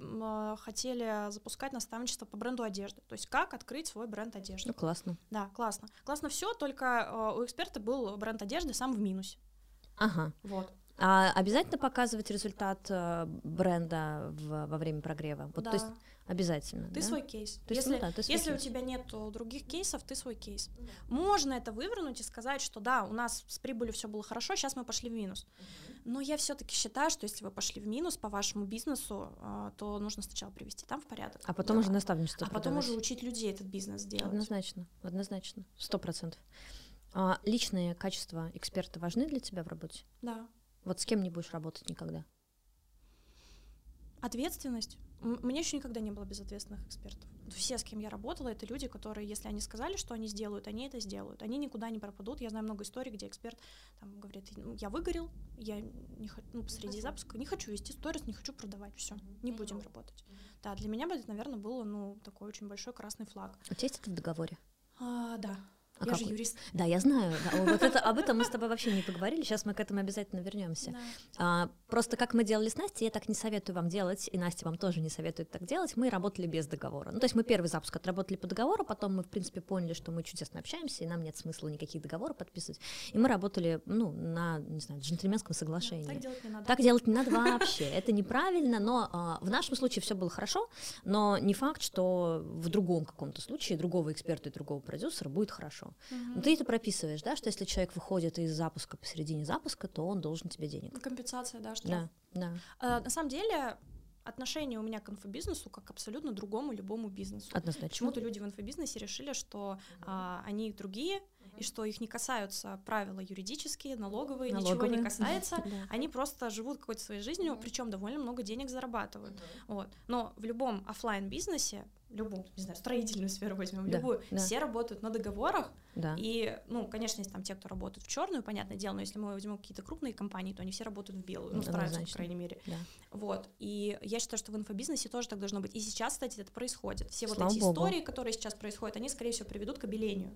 хотели запускать наставничество по бренду одежды, то есть как открыть свой бренд одежды. Ну, классно. Да, классно. Классно все, только у эксперта был бренд одежды сам в минусе. Ага. Вот. А обязательно показывать результат бренда во время прогрева? Вот, да. То есть обязательно. Ты да? свой кейс. То есть, если у тебя нет других кейсов, ты свой кейс. Можно это вывернуть и сказать, что да, у нас с прибылью все было хорошо, сейчас мы пошли в минус. Но я все-таки считаю, что если вы пошли в минус по вашему бизнесу, то нужно сначала привести там в порядок. А потом уже наставничество продавать. Потом уже учить людей этот бизнес делать. Однозначно, 100%. Личные качества эксперта важны для тебя в работе? Да. Вот с кем не будешь работать никогда? Ответственность. Мне еще никогда не было безответственных экспертов. Все, с кем я работала, это люди, которые, если они сказали, что они сделают, они это сделают. Они никуда не пропадут. Я знаю много историй, где эксперт там говорит: я выгорел, я не посреди запуска не хочу вести сторис, не хочу продавать, все, не будем работать. Да, для меня бы это, наверное, было такой очень большой красный флаг. У тебя есть это в договоре? Да. Я же юрист. Да, я знаю. Да. Вот об этом мы с тобой вообще не поговорили. Сейчас мы к этому обязательно вернемся. Да. Просто как мы делали с Настей, я так не советую вам делать, и Настя вам тоже не советует так делать. Мы работали без договора. Ну, то есть мы первый запуск отработали по договору, потом мы, в принципе, поняли, что мы чудесно общаемся, и нам нет смысла никаких договоров подписывать. И мы работали, на, не знаю, джентльменском соглашении. Так делать не надо. Так делать не надо вообще. Это неправильно, но в нашем случае все было хорошо, но не факт, что в другом каком-то случае другого эксперта и другого продюсера будет хорошо. Но ты это прописываешь, да, что если человек выходит из запуска посередине запуска, то он должен тебе денег. Компенсация, да, штраф. Да. На самом деле отношение у меня к инфобизнесу как к абсолютно другому любому бизнесу. Однозначно. Почему-то люди в инфобизнесе решили, что они другие, и что их не касаются правила юридические, налоговые. Ничего не касается. Они просто живут какой-то своей жизнью, причем довольно много денег зарабатывают. Вот. Но в любом офлайн-бизнесе, любую, не знаю, строительную сферу возьмем, любую, все работают на договорах. Да. И, конечно, есть там те, кто работают в черную, понятное дело, но если мы возьмем какие-то крупные компании, то они все работают в белую, стараются, по крайней мере. Да. Вот. И я считаю, что в инфобизнесе тоже так должно быть. И сейчас, кстати, это происходит. Все Слава эти Богу. истории, которые сейчас происходят, они, скорее всего, приведут к обелению.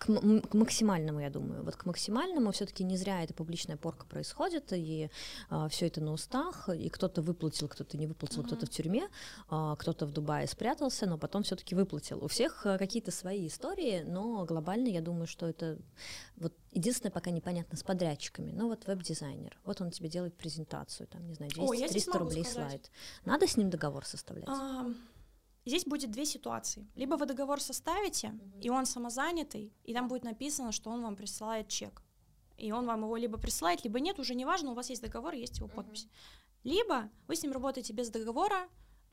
К максимальному, я думаю. Вот к максимальному все-таки не зря эта публичная порка происходит, и все это на устах, и кто-то выплатил, кто-то не выплатил, кто-то в тюрьме, кто-то в Дубае спрятался, но потом все-таки выплатил. У всех какие-то свои истории, но глобально я думаю, что это вот единственное пока непонятно с подрядчиками. Ну вот веб-дизайнер, вот он тебе делает презентацию, там, не знаю, 200-300 рублей слайд. Надо с ним договор составлять? Здесь будет две ситуации. Либо вы договор составите, и он самозанятый, и там будет написано, что он вам присылает чек. и он вам его либо присылает, либо нет, уже не важно, у вас есть договор, есть его подпись. Либо вы с ним работаете без договора,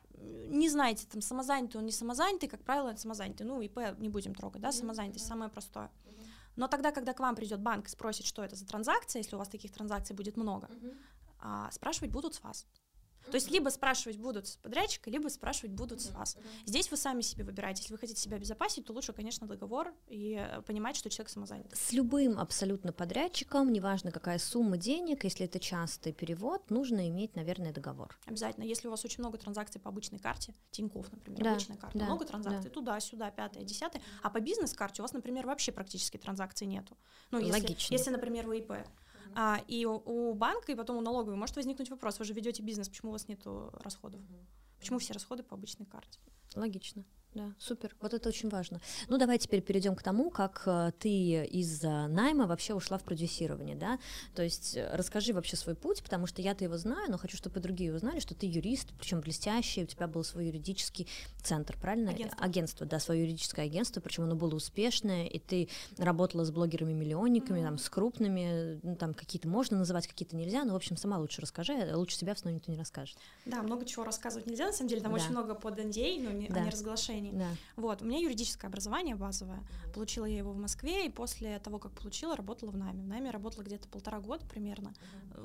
не знаете, там, самозанятый он, не самозанятый, как правило, это самозанятый, ну, ИП не будем трогать, да, самозанятый, самое простое. Но тогда, когда к вам придет банк и спросит, что это за транзакция, если у вас таких транзакций будет много, спрашивать будут с вас. То есть либо спрашивать будут с подрядчика, либо спрашивать будут с вас. Здесь вы сами себе выбираете. Если вы хотите себя обезопасить, то лучше, конечно, договор и понимать, что человек самозанят. С любым абсолютно подрядчиком, неважно какая сумма денег, если это частый перевод, нужно иметь, наверное, договор. Обязательно. Если у вас очень много транзакций по обычной карте, Тинькофф, например, обычная карта, много транзакций, туда-сюда, 5-е, 10-е, а по бизнес-карте у вас, например, вообще практически транзакций нету. Ну, если, например, вы ИП. И у банка, и потом у налоговой может возникнуть вопрос: вы же ведете бизнес, почему у вас нет расходов? Почему все расходы по обычной карте? Логично. Да, супер. Вот это очень важно. Ну, давай теперь перейдем к тому, как ты из найма вообще ушла в продюсирование, да? То есть расскажи вообще свой путь, потому что я-то его знаю, но хочу, чтобы и другие узнали, что ты юрист, причем блестящий, у тебя был свой юридический центр, правильно? Агентство, да, свое юридическое агентство, причем оно было успешное, и ты работала с блогерами-миллионниками, там, с крупными, ну, там какие-то можно называть, какие-то нельзя, но, в общем, сама лучше расскажи, лучше себя все равно никто не расскажет. Да, много чего рассказывать нельзя, на самом деле, там очень много под NDA, но не разглашений. Да. Вот, у меня юридическое образование базовое, получила я его в Москве, и после того, как получила, работала в найме. В найме работала где-то 1,5 года примерно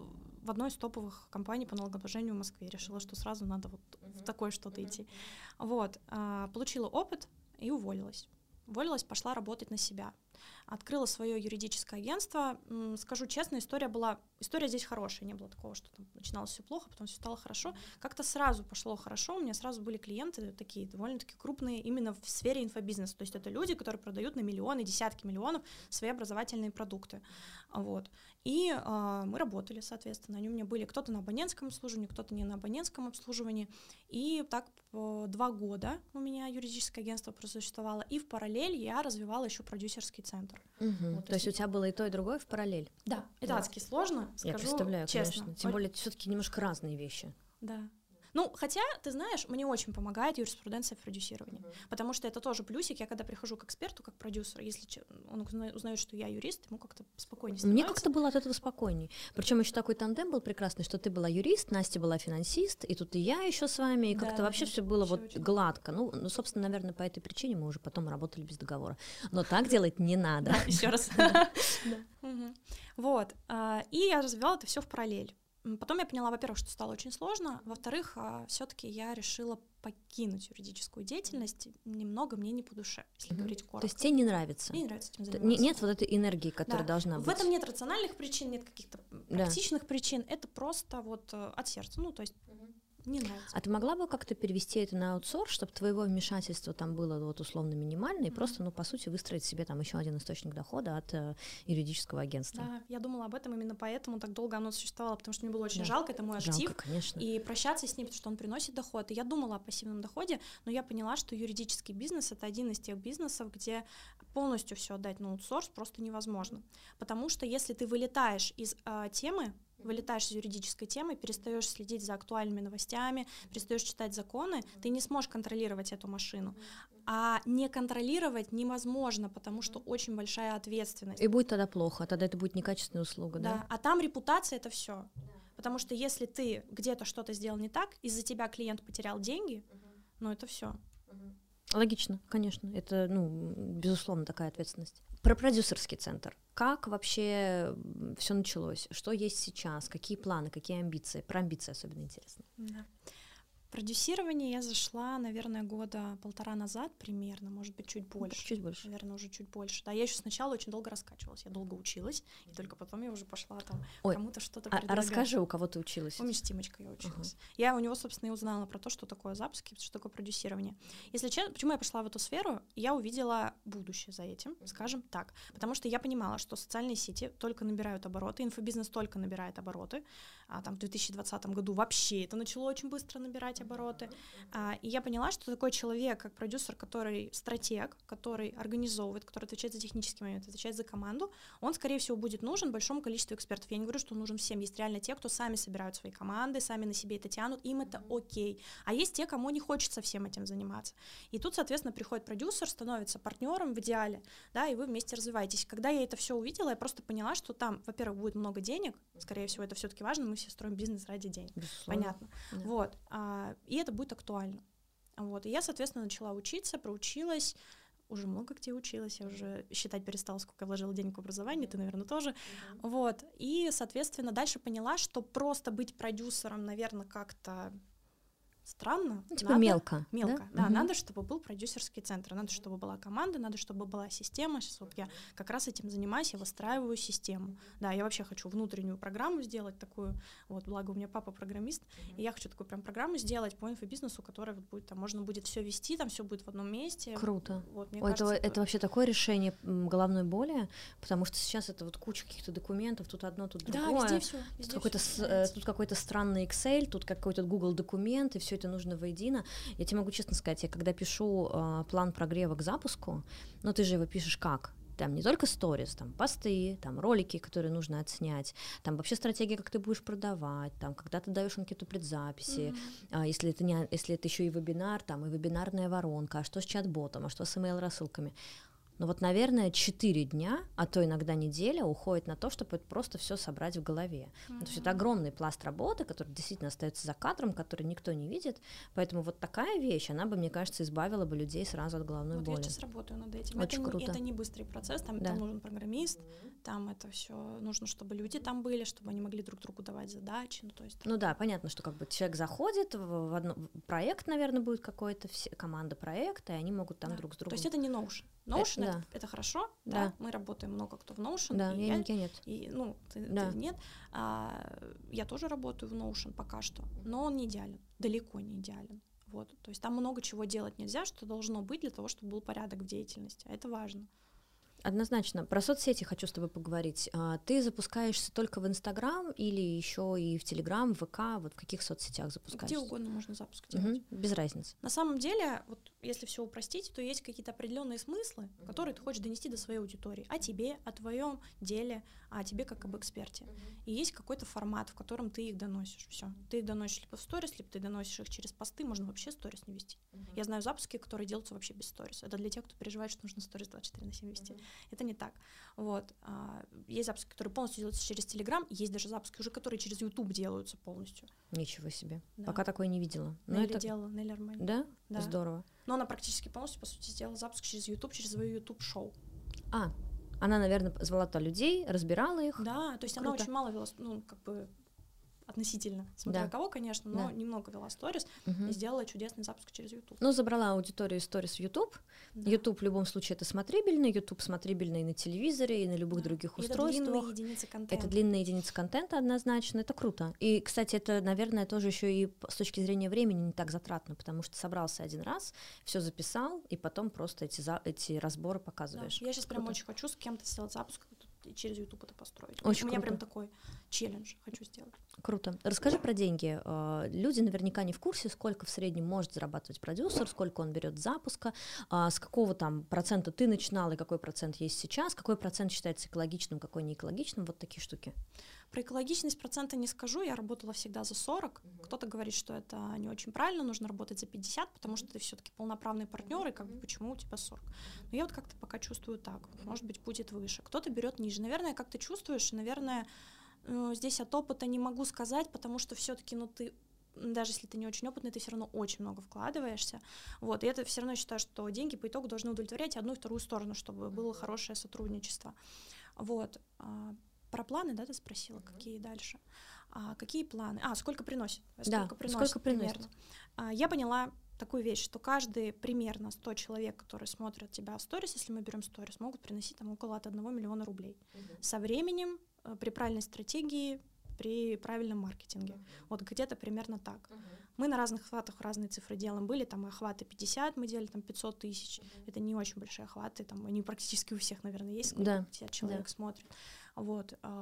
в одной из топовых компаний по налогообложению в Москве. Решила, что сразу надо вот в такое что-то идти. Вот, получила опыт и уволилась. Уволилась, пошла работать на себя. Открыла свое юридическое агентство. Скажу честно, история здесь хорошая, не было такого, что там начиналось все плохо, потом все стало хорошо. Как-то сразу пошло хорошо, у меня сразу были клиенты такие довольно-таки крупные именно в сфере инфобизнеса. То есть это люди, которые продают на миллионы, десятки миллионов свои образовательные продукты. Вот. И мы работали, соответственно. Они у меня были кто-то на абонентском обслуживании, кто-то не на абонентском обслуживании. И так 2 года у меня юридическое агентство просуществовало. И в параллель я развивала еще продюсерский центр. Вот, то есть у тебя было и то, и другое в параллель? Да, это адски сложно, скажу честно. Я представляю, конечно. Тем более это все-таки немножко разные вещи. Да. Ну, хотя, ты знаешь, мне очень помогает юриспруденция в продюсировании, потому что это тоже плюсик. Я когда прихожу к эксперту, как продюсер, если он узнает, что я юрист, ему как-то спокойнее становится. Мне как-то было от этого спокойней. Причем еще такой тандем был прекрасный, что ты была юрист, Настя была финансист, и тут и я еще с вами, и как-то вообще все было вот гладко. Ну, собственно, наверное, по этой причине мы уже потом работали без договора. Но так делать не надо. Еще раз. Вот. И я развивала это все в параллель. Потом я поняла, во-первых, что стало очень сложно, во-вторых, все-таки я решила покинуть юридическую деятельность, немного мне не по душе, если говорить коротко. То есть тебе не нравится? Мне не нравится этим заниматься. Нет вот этой энергии, которая должна быть. В этом нет рациональных причин, нет каких-то практичных причин, это просто вот от сердца, ну то есть не нравится. А ты могла бы как-то перевести это на аутсорс, чтобы твоего вмешательства там было вот условно минимальное, и просто, ну, по сути, выстроить себе там еще один источник дохода от юридического агентства? Да, я думала об этом, именно поэтому так долго оно существовало, потому что мне было очень жалко, это мой актив, конечно. И прощаться с ним, потому что он приносит доход. И я думала о пассивном доходе, но я поняла, что юридический бизнес — это один из тех бизнесов, где полностью все отдать на аутсорс просто невозможно, потому что если ты вылетаешь из темы, вылетаешь из юридической темы, перестаешь следить за актуальными новостями, перестаешь читать законы, ты не сможешь контролировать эту машину. А не контролировать невозможно, потому что очень большая ответственность. И будет тогда плохо, тогда это будет некачественная услуга, да? Да, а там репутация — это все. Потому что если ты где-то что-то сделал не так, из-за тебя клиент потерял деньги, ну это все. Логично, конечно. Это, ну, безусловно, такая ответственность. Про продюсерский центр. Как вообще все началось? Что есть сейчас? Какие планы, какие амбиции? Про амбиции особенно интересно. Да. В продюсирование я зашла, наверное, 1.5 года назад примерно, может быть, чуть больше. Чуть больше. Наверное, уже чуть больше. Да, я еще сначала очень долго раскачивалась, я долго училась, и только потом я уже пошла там кому-то что-то предлагать. А расскажи, у кого ты училась? У Миши Тимочка я училась. Я у него, собственно, и узнала про то, что такое запуски, что такое продюсирование. Если честно, почему я пошла в эту сферу, я увидела будущее за этим, скажем так. Потому что я понимала, что социальные сети только набирают обороты, инфобизнес только набирает обороты, а там в 2020 году вообще это начало очень быстро набирать. набирать обороты. И я поняла, что такой человек, как продюсер, который стратег, который организовывает, который отвечает за технический момент, отвечает за команду, он, скорее всего, будет нужен большому количеству экспертов. Я не говорю, что он нужен всем. Есть реально те, кто сами собирают свои команды, сами на себе это тянут, им это окей. А есть те, кому не хочется всем этим заниматься. И тут, соответственно, приходит продюсер, становится партнером в идеале, да, и вы вместе развиваетесь. Когда я это все увидела, я просто поняла, что там, во-первых, будет много денег, скорее всего, это все-таки важно, мы все строим бизнес ради денег. Безусловно. Понятно. Да. Вот. И это будет актуально. Вот. И я, соответственно, начала учиться, проучилась, уже много где училась, я уже считать перестала, сколько я вложила денег в образование, ты, наверное, тоже. Вот. И, соответственно, дальше поняла, что просто быть продюсером, наверное, как-то странно. Ну, типа мелко. Да, надо, чтобы был продюсерский центр, надо, чтобы была команда, надо, чтобы была система. Сейчас вот я как раз этим занимаюсь, я выстраиваю систему. Да, я вообще хочу внутреннюю программу сделать такую, вот, благо у меня папа программист, и я хочу такую прям программу сделать по инфобизнесу, которая вот будет, там можно будет все вести, там все будет в одном месте. Круто. Вот, мне кажется, это вообще такое решение головной боли, потому что сейчас это вот куча каких-то документов, тут одно, тут другое. Да, везде все. Тут какой-то странный Excel, тут какой-то Google документ, и все это нужно воедино. Я тебе могу честно сказать, я когда пишу план прогрева к запуску, ну ты же его пишешь как? Там не только сторис, там посты, там ролики, которые нужно отснять, там вообще стратегия, как ты будешь продавать, там когда ты даешь анкету предзаписи, если это еще и вебинар, там и вебинарная воронка, а что с чат-ботом, а что с email-рассылками. Но вот, наверное, 4 дня, а то иногда неделя уходит на то, чтобы это просто все собрать в голове. То есть это огромный пласт работы, который действительно остается за кадром, который никто не видит. Поэтому вот такая вещь, она бы, мне кажется, избавила бы людей сразу от головной боли. Я сейчас работаю над этим. Очень круто. Это не быстрый процесс, там нужен программист, там это все нужно, чтобы люди там были, чтобы они могли друг другу давать задачи. Ну, то есть, ну да, понятно, что как бы человек заходит в проект, наверное, будет какой-то, команда проекта, и они могут там друг с другом. То есть это не Notion. Notion это хорошо, да, мы работаем много кто в Notion. Да, я нет. И, ты нет. Я тоже работаю в Notion пока что, но он не идеален, далеко не идеален. Вот. То есть там много чего делать нельзя, что должно быть для того, чтобы был порядок в деятельности, а это важно. Однозначно. Про соцсети хочу с тобой поговорить. Ты запускаешься только в Инстаграм или еще и в Телеграм, в ВК? Вот в каких соцсетях запускаешься? Где угодно можно запуск делать. Без разницы. На самом деле, вот если все упростить, то есть какие-то определенные смыслы, которые ты хочешь донести до своей аудитории. О тебе, о твоем деле, о тебе как об эксперте. И есть какой-то формат, в котором ты их доносишь. Все. Ты их доносишь либо в сторис, либо ты доносишь их через посты. Можно вообще сторис не вести. Я знаю запуски, которые делаются вообще без сторис. Это для тех, кто переживает, что нужно сторис 24/7 вести. Это не так. Вот. Есть запуски, которые полностью делаются через Telegram, есть даже запуски уже, которые через YouTube делаются полностью. Ничего себе. Да. Пока такое не видела. Нелли делала, Нелли Армани. Да? Здорово. Но она практически полностью, по сути, сделала запуск через YouTube, через свое YouTube-шоу. Она, наверное, звала туда людей, разбирала их. Да, то есть она очень мало вела, относительно, смотря кого, конечно, но немного вела сторис и сделала чудесный запуск через YouTube. Ну, забрала аудиторию сторис в YouTube. Да. YouTube в любом случае это смотрибельно, YouTube смотрибельно и на телевизоре, и на любых других устройствах. Это длинные единицы контента. Это длинные единицы контента однозначно, это круто. И, кстати, это, наверное, тоже еще и с точки зрения времени не так затратно, потому что собрался один раз, все записал, и потом просто эти разборы показываешь. Да. Я сейчас прям очень хочу с кем-то сделать запуск и через YouTube это построить. Очень У меня круто. Прям такой челлендж хочу сделать. Круто. Расскажи про деньги. Люди наверняка не в курсе, сколько в среднем может зарабатывать продюсер, сколько он берет с запуска, с какого там процента ты начинал и какой процент есть сейчас, какой процент считается экологичным, какой не экологичным, вот такие штуки. Про экологичность процента не скажу, я работала всегда за 40. Кто-то говорит, что это не очень правильно, нужно работать за 50, потому что ты все-таки полноправный партнер, и как бы почему у тебя 40. Но я вот как-то пока чувствую так, может быть, будет выше. Кто-то берет ниже. Наверное, как ты чувствуешь, наверное, здесь от опыта не могу сказать, потому что все-таки, ты даже если ты не очень опытный, ты все равно очень много вкладываешься. Вот, и это все равно считаю, что деньги по итогу должны удовлетворять одну и вторую сторону, чтобы было хорошее сотрудничество. Вот. Про планы, да, ты спросила, какие дальше? Какие планы? Сколько приносит? Сколько приносит? Я поняла такую вещь, что каждый примерно 100 человек, которые смотрят тебя в сторис, если мы берем сторис, могут приносить там около 1 миллиона рублей. Со временем, при правильной стратегии, при правильном маркетинге. Вот где-то примерно так. Мы на разных охватах разные цифры делаем. Были там охваты 50, мы делали там 500 тысяч. Это не очень большие охваты, там они практически у всех, наверное, есть, сколько 50 человек смотрят. Вот.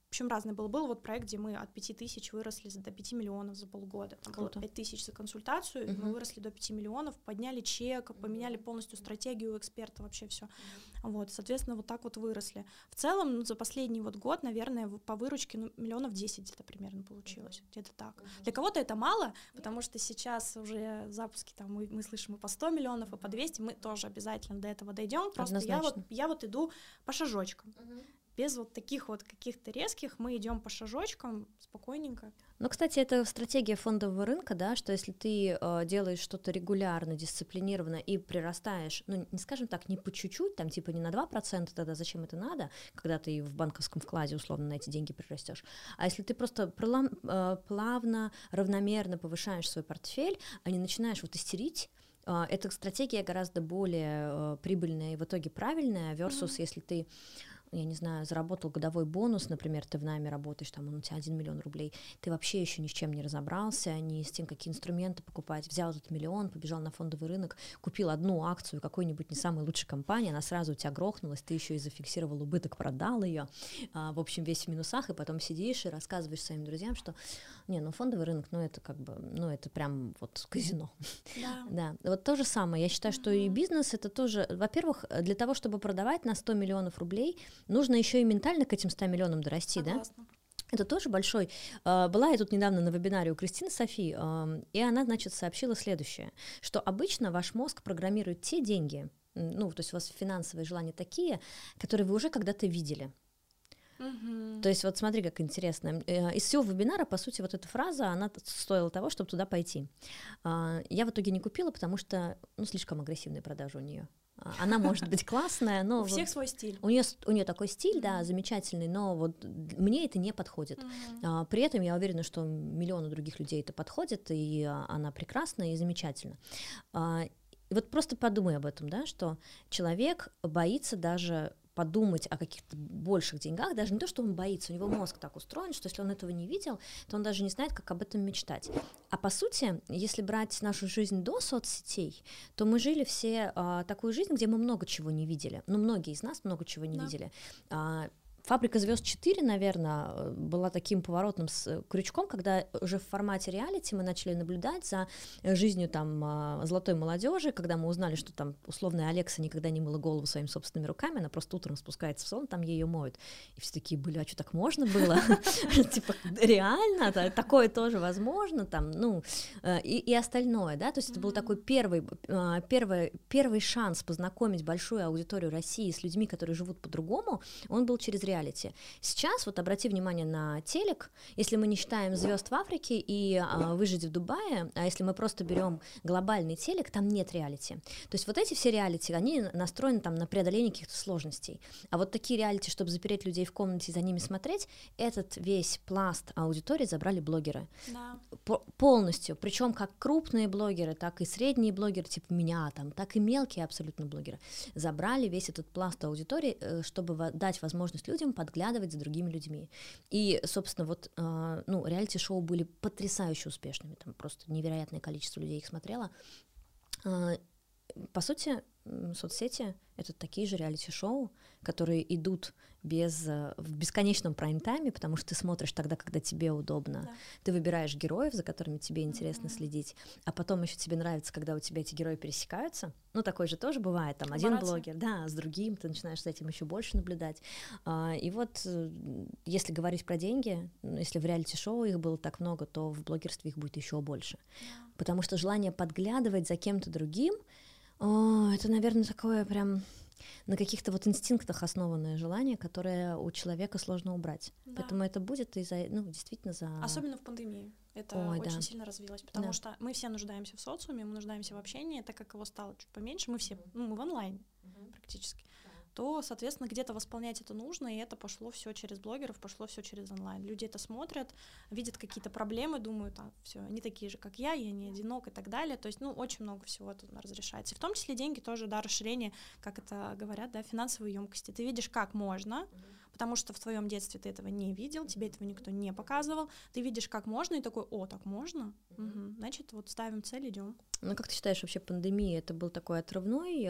Причем разный был. Был вот проект, где мы от 5000 выросли до 5 миллионов за полгода. Там было 5000 за консультацию, мы выросли до 5 миллионов, подняли чек, поменяли полностью стратегию эксперта, вообще все. Вот, соответственно, вот так вот выросли. В целом, за последний вот год, наверное, по выручке 10 миллионов где-то примерно получилось, где-то так. Для кого-то это мало, потому что сейчас уже запуски, там мы слышим и по 100 миллионов, и по 200, мы тоже обязательно до этого дойдем. Просто я вот иду по шажочкам. Без вот таких вот каких-то резких мы идем по шажочкам спокойненько. Ну, кстати, это стратегия фондового рынка, да, что если ты делаешь что-то регулярно, дисциплинированно и прирастаешь, ну, не скажем так, не по чуть-чуть, там, типа не на 2%, тогда зачем это надо, когда ты в банковском вкладе условно на эти деньги прирастешь, а если ты просто плавно, равномерно повышаешь свой портфель, а не начинаешь вот истерить, эта стратегия гораздо более прибыльная и в итоге правильная, versus если ты, я не знаю, заработал годовой бонус, например, ты в найме работаешь, там он у тебя 1 миллион рублей, ты вообще еще ни с чем не разобрался, ни с тем, какие инструменты покупать, взял этот миллион, побежал на фондовый рынок, купил одну акцию какой-нибудь не самой лучшей компании, она сразу у тебя грохнулась, ты еще и зафиксировал убыток, продал ее, в общем, весь в минусах, и потом сидишь и рассказываешь своим друзьям, что, не, ну фондовый рынок, ну это как бы, ну это прям вот казино. Да, вот то же самое, я считаю, что и бизнес это тоже, во-первых, для того, чтобы продавать на 100 миллионов рублей, нужно еще и ментально к этим 100 миллионам дорасти, согласна. Да? Это тоже большой. Была я тут недавно на вебинаре у Кристины Софи, и она, значит, сообщила следующее, что обычно ваш мозг программирует те деньги, ну, то есть у вас финансовые желания такие, которые вы уже когда-то видели. То есть вот смотри, как интересно. Из всего вебинара, по сути, вот эта фраза, она стоила того, чтобы туда пойти. Я в итоге не купила, потому что, ну, слишком агрессивные продажи у нее. Она может быть классная, но... У всех свой стиль. У нее такой стиль, да, замечательный, но вот мне это не подходит. При этом я уверена, что миллиону других людей это подходит, и она прекрасна и замечательна. И вот просто подумай об этом, да, что человек боится даже подумать о каких-то больших деньгах, даже не то, что он боится, у него мозг так устроен, что если он этого не видел, то он даже не знает, как об этом мечтать. А по сути, если брать нашу жизнь до соцсетей, то мы жили все такую жизнь, где мы много чего не видели. Ну, многие из нас много чего не видели. «Фабрика звезд 4», наверное, была таким поворотным крючком, когда уже в формате реалити мы начали наблюдать за жизнью там золотой молодежи, когда мы узнали, что там условная Алекса никогда не мыла голову своими собственными руками, она просто утром спускается в сон, там ее моют. И все такие были, а что, так можно было? Типа, реально? Такое тоже возможно? Там, ну, и остальное, да? То есть это был такой первый шанс познакомить большую аудиторию России с людьми, которые живут по-другому, он был через реалити. Сейчас, вот обрати внимание на телек, если мы не считаем звезд в Африке и «Выжить в Дубае», а если мы просто берем глобальный телек, там нет реалити. То есть вот эти все реалити, они настроены там на преодоление каких-то сложностей. А вот такие реалити, чтобы запереть людей в комнате и за ними смотреть, этот весь пласт аудитории забрали блогеры. Да. Полностью. Причем как крупные блогеры, так и средние блогеры, типа меня, там, так и мелкие абсолютно блогеры. Забрали весь этот пласт аудитории, чтобы дать возможность людям подглядывать за другими людьми. И, собственно, вот, ну, реалити-шоу были потрясающе успешными, там просто невероятное количество людей их смотрело. По сути, соцсети — это такие же реалити-шоу, которые идут в бесконечном прайм-тайме, потому что ты смотришь тогда, когда тебе удобно. Да. Ты выбираешь героев, за которыми тебе интересно следить, а потом еще тебе нравится, когда у тебя эти герои пересекаются. Ну, такое же тоже бывает. Там один блогер, да, с другим, ты начинаешь с этим еще больше наблюдать. И вот, если говорить про деньги, если в реалити-шоу их было так много, то в блогерстве их будет еще больше. Да. Потому что желание подглядывать за кем-то другим, это, наверное, такое прям на каких-то вот инстинктах основанное желание, которое у человека сложно убрать. Да. Поэтому это будет действительно за... Особенно в пандемии. Это очень сильно развилось, потому что мы все нуждаемся в социуме, мы нуждаемся в общении, так как его стало чуть поменьше, мы все, мы в онлайн практически, то, соответственно, где-то восполнять это нужно, и это пошло все через блогеров, пошло все через онлайн. Люди это смотрят, видят какие-то проблемы, думают, все, они такие же, как я не одинок и так далее. То есть, очень много всего тут разрешается. И в том числе деньги тоже, да, расширение, как это говорят, да, финансовой емкости. Ты видишь, как можно, потому что в твоем детстве ты этого не видел, тебе этого никто не показывал, ты видишь, как можно, и такой, о, так можно? Угу. Значит, вот ставим цель, идем. Ну, как ты считаешь, вообще пандемия — это был такой отрывной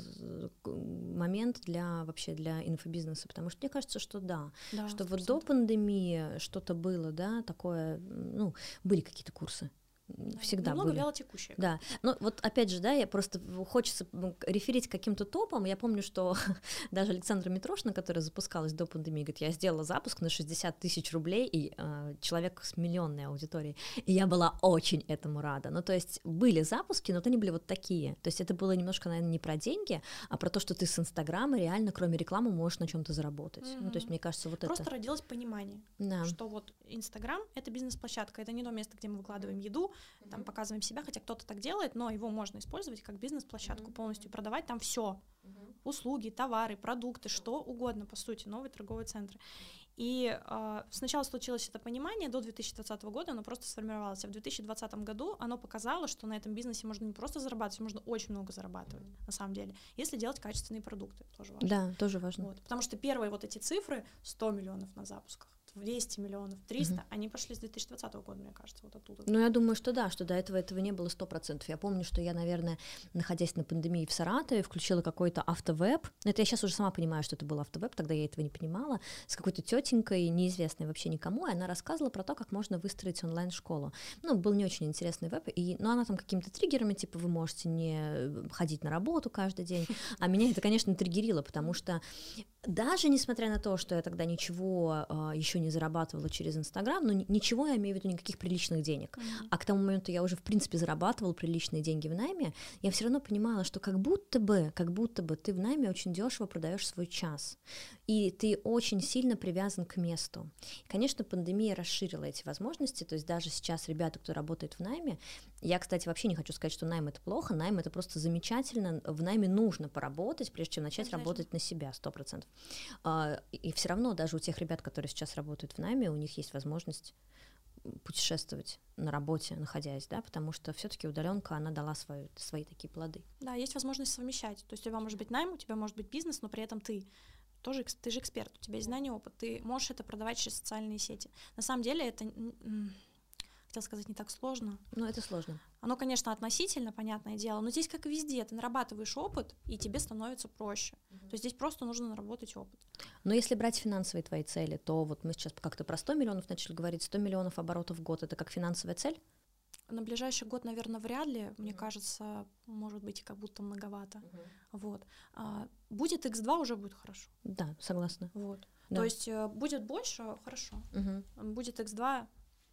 момент для инфобизнеса? Потому что мне кажется, что да, что 100%. Вот до пандемии что-то было, да, такое, ну, были какие-то курсы. Всегда немного были. Вялотекущие. Да, но вот опять же, да, я просто хочется реферить к каким-то топам. Я помню, что даже Александра Митрошина, которая запускалась до пандемии, говорит, я сделала запуск на 60 тысяч рублей, и человек с миллионной аудиторией, и я была очень этому рада. Ну, то есть были запуски, но то они были вот такие. То есть это было немножко, наверное, не про деньги, а про то, что ты с Инстаграма реально, кроме рекламы, можешь на чем-то заработать. Ну, то есть мне кажется, вот просто это... Просто родилось понимание, что вот Инстаграм — это бизнес-площадка, это не то место, где мы выкладываем еду, там показываем себя, хотя кто-то так делает, но его можно использовать как бизнес-площадку полностью, продавать там все, услуги, товары, продукты, что угодно, по сути, новые торговые центры. И сначала случилось это понимание, до 2020 года оно просто сформировалось, а в 2020 году оно показало, что на этом бизнесе можно не просто зарабатывать, можно очень много зарабатывать, на самом деле, если делать качественные продукты, тоже важно. Да, тоже важно. Вот, потому что первые вот эти цифры, 100 миллионов на запусках, 200 миллионов, 300, они пошли с 2020 года, мне кажется, вот оттуда. Ну, я думаю, что да, что до этого не было 100%. Я помню, что я, наверное, находясь на пандемии в Саратове, включила какой-то автовеб. Это я сейчас уже сама понимаю, что это был автовеб, тогда я этого не понимала, с какой-то тетенькой, неизвестной вообще никому, и она рассказывала про то, как можно выстроить онлайн-школу. Ну, был не очень интересный веб, но она там какими-то триггерами, типа, вы можете не ходить на работу каждый день, а меня это, конечно, триггерило, потому что даже несмотря на то, что я тогда ничего еще не зарабатывала через Инстаграм, но ничего, я имею в виду, никаких приличных денег. А к тому моменту я уже, в принципе, зарабатывала приличные деньги в найме, я все равно понимала, что как будто бы ты в найме очень дешево продаешь свой час, и ты очень сильно привязан к месту. И, конечно, пандемия расширила эти возможности, то есть даже сейчас ребята, кто работает в найме, я, кстати, вообще не хочу сказать, что найм — это плохо, найм — это просто замечательно, в найме нужно поработать, прежде чем начать работать на себя, 100%. И все равно даже у тех ребят, которые сейчас работают в найме, у них есть возможность путешествовать на работе, находясь, да, потому что все-таки удаленка, она дала свои такие плоды. Да, есть возможность совмещать, то есть у тебя может быть найм, у тебя может быть бизнес, но при этом ты же эксперт, у тебя есть знания, опыт, ты можешь это продавать через социальные сети. На самом деле это, хотела сказать, не так сложно. Ну, это сложно. Оно, конечно, относительно, понятное дело, но здесь, как и везде, ты нарабатываешь опыт, и тебе становится проще. То есть здесь просто нужно наработать опыт. Но если брать финансовые твои цели, то вот мы сейчас как-то про 100 миллионов начали говорить, 100 миллионов оборотов в год — это как финансовая цель? На ближайший год, наверное, вряд ли, мне кажется, может быть, как будто многовато. Вот. Будет X2, уже будет хорошо. Да, согласна. Вот. Да. То есть будет больше — хорошо. Будет X2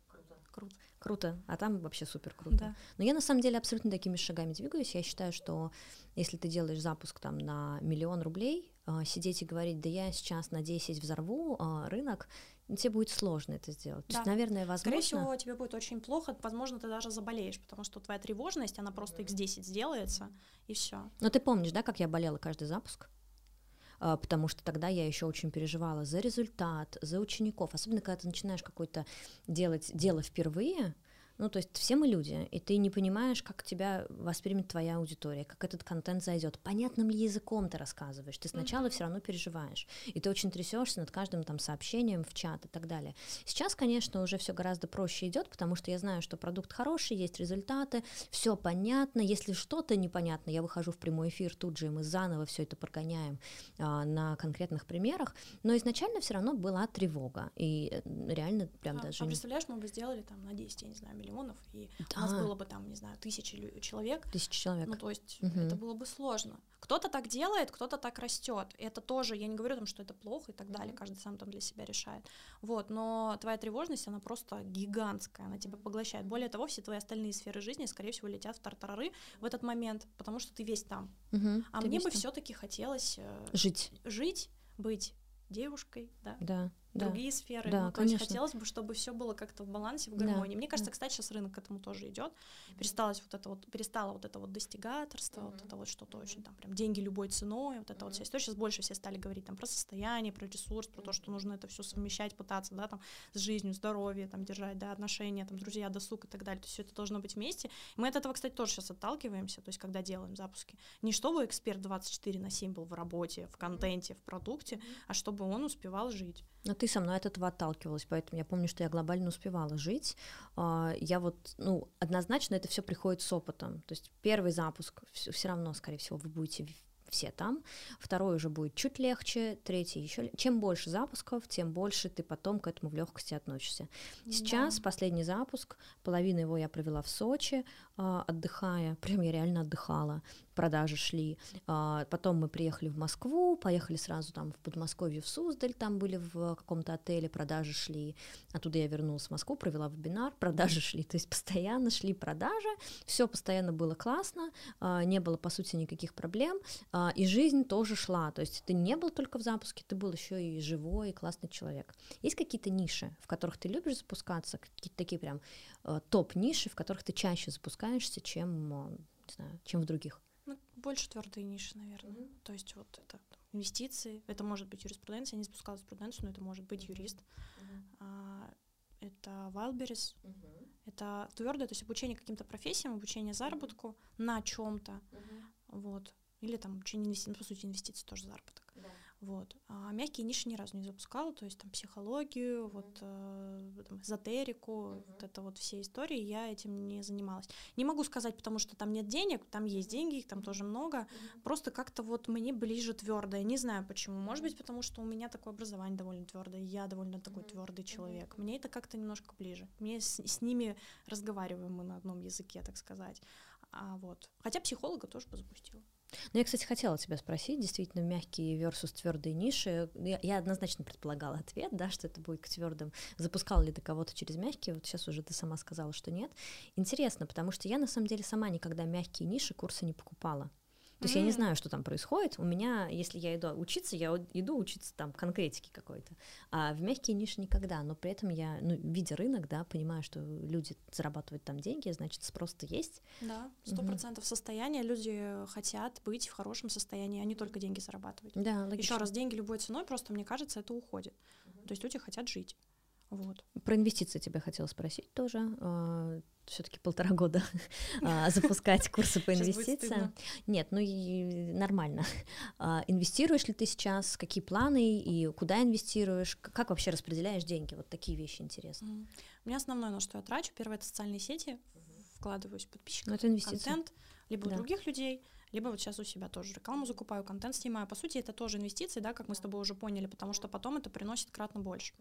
— Круто, а там вообще супер круто. Да. Но я на самом деле абсолютно такими шагами двигаюсь. Я считаю, что если ты делаешь запуск там на 1 000 000 рублей, сидеть и говорить, да я сейчас на 10 взорву рынок, тебе будет сложно это сделать. Да. То есть, наверное, возможно... Скорее всего, тебе будет очень плохо, возможно, ты даже заболеешь, потому что твоя тревожность, она просто x10 сделается, и все. Но ты помнишь, да, как я болела каждый запуск? Потому что тогда я еще очень переживала за результат, за учеников, особенно когда ты начинаешь какое-то делать дело впервые. Ну, то есть все мы люди, и ты не понимаешь, как тебя воспримет твоя аудитория, как этот контент зайдет, понятным ли языком ты рассказываешь. Ты сначала все равно переживаешь, и ты очень трясешься над каждым там сообщением в чат и так далее. Сейчас, конечно, уже все гораздо проще идет, потому что я знаю, что продукт хороший, есть результаты, все понятно. Если что-то непонятно, я выхожу в прямой эфир тут же, и мы заново все это прогоняем на конкретных примерах. Но изначально все равно была тревога, и реально прям даже... А представляешь, мы бы сделали там на 10, я не знаю, миллионов, и у нас было бы там, не знаю, 1000 человек. 1000 человек. Ну, то есть это было бы сложно. Кто-то так делает, кто-то так растет. Это тоже, я не говорю там, что это плохо и так далее, каждый сам там для себя решает. Вот, но твоя тревожность, она просто гигантская, она тебя поглощает. Более того, все твои остальные сферы жизни, скорее всего, летят в тартарары в этот момент, потому что ты весь там. А мне бы все-таки хотелось жить, быть девушкой, да. Да. другие сферы. Да, То есть хотелось бы, чтобы все было как-то в балансе, в гармонии. Мне кажется, кстати, сейчас рынок к этому тоже идет. Перестало вот это вот достигаторство, вот это вот что-то очень там прям деньги любой ценой, вот это вот вся история. Сейчас больше все стали говорить там про состояние, про ресурс, про то, что нужно это все совмещать, пытаться, да, там с жизнью, здоровье, там держать, да, отношения, там друзья, досуг и так далее. То есть все это должно быть вместе. И мы от этого, кстати, тоже сейчас отталкиваемся, то есть когда делаем запуски. Не чтобы эксперт 24/7 был в работе, в контенте, в продукте, а чтобы он успевал жить. Но ты со мной от этого отталкивалась, поэтому я помню, что я глобально успевала жить. Я вот, однозначно это все приходит с опытом. То есть первый запуск все равно, скорее всего, вы будете все там, второй уже будет чуть легче, третий еще. Чем больше запусков, тем больше ты потом к этому в легкости относишься. Сейчас последний запуск, половину его я провела в Сочи, отдыхая, прям я реально отдыхала, продажи шли. Потом мы приехали в Москву, поехали сразу там в Подмосковье, в Суздаль, там были в каком-то отеле, продажи шли. Оттуда я вернулась в Москву, провела вебинар, продажи шли. То есть постоянно шли продажи, все постоянно было классно, не было, по сути, никаких проблем, и жизнь тоже шла. То есть ты не был только в запуске, ты был еще и живой, и классный человек. Есть какие-то ниши, в которых ты любишь запускаться, какие-то такие прям топ-ниши, в которых ты чаще запускаешься, чем, не знаю, чем в других? Больше твердые ниши, наверное. То есть вот это инвестиции, это может быть юриспруденция, я не запускала юриспруденцию, но это может быть юрист. Это Wildberries, это твердое, то есть обучение каким-то профессиям, обучение заработку на чем-то, вот. Или там обучение инвестиций, по сути, инвестиции тоже заработок. Вот. А мягкие ниши ни разу не запускала, то есть там психологию, вот там, эзотерику, вот это вот все истории, я этим не занималась. Не могу сказать, потому что там нет денег, там есть деньги, их там тоже много, просто как-то вот мне ближе твердое, не знаю почему, может быть, потому что у меня такое образование довольно твердое, я довольно такой твердый человек, мне это как-то немножко ближе, мне с ними разговариваем мы на одном языке, так сказать, вот. Хотя психолога тоже бы запустила. Ну, я, кстати, хотела тебя спросить, действительно, мягкие versus твердые ниши. Я однозначно предполагала ответ, да, что это будет к твердым. Запускал ли ты кого-то через мягкие? Вот сейчас уже ты сама сказала, что нет. Интересно, потому что я, на самом деле, сама никогда мягкие ниши курсы не покупала. То есть я не знаю, что там происходит. У меня, если я иду учиться, я иду учиться там конкретики какой-то. А в мягкие ниши никогда. Но при этом я, видя рынок, да, понимаю, что люди зарабатывают там деньги, значит, спрос-то есть. Да, 100% состояния. Люди хотят быть в хорошем состоянии, а не только деньги зарабатывать. Да, логично. Еще раз, деньги любой ценой, просто, мне кажется, это уходит. То есть люди хотят жить. Вот. Про инвестиции тебя хотела спросить тоже. Все-таки 1,5 года запускать курсы по инвестициям. Нет, и нормально. Инвестируешь ли ты сейчас? Какие планы и куда инвестируешь? Как вообще распределяешь деньги? Вот такие вещи интересны. У меня основное, на что я трачу, первое — это социальные сети. Вкладываюсь в подписчиков, это инвестиции. Контент, либо у других людей, либо вот сейчас у себя тоже рекламу закупаю, контент снимаю. По сути, это тоже инвестиции, да, как мы с тобой уже поняли, потому что потом это приносит кратно больше.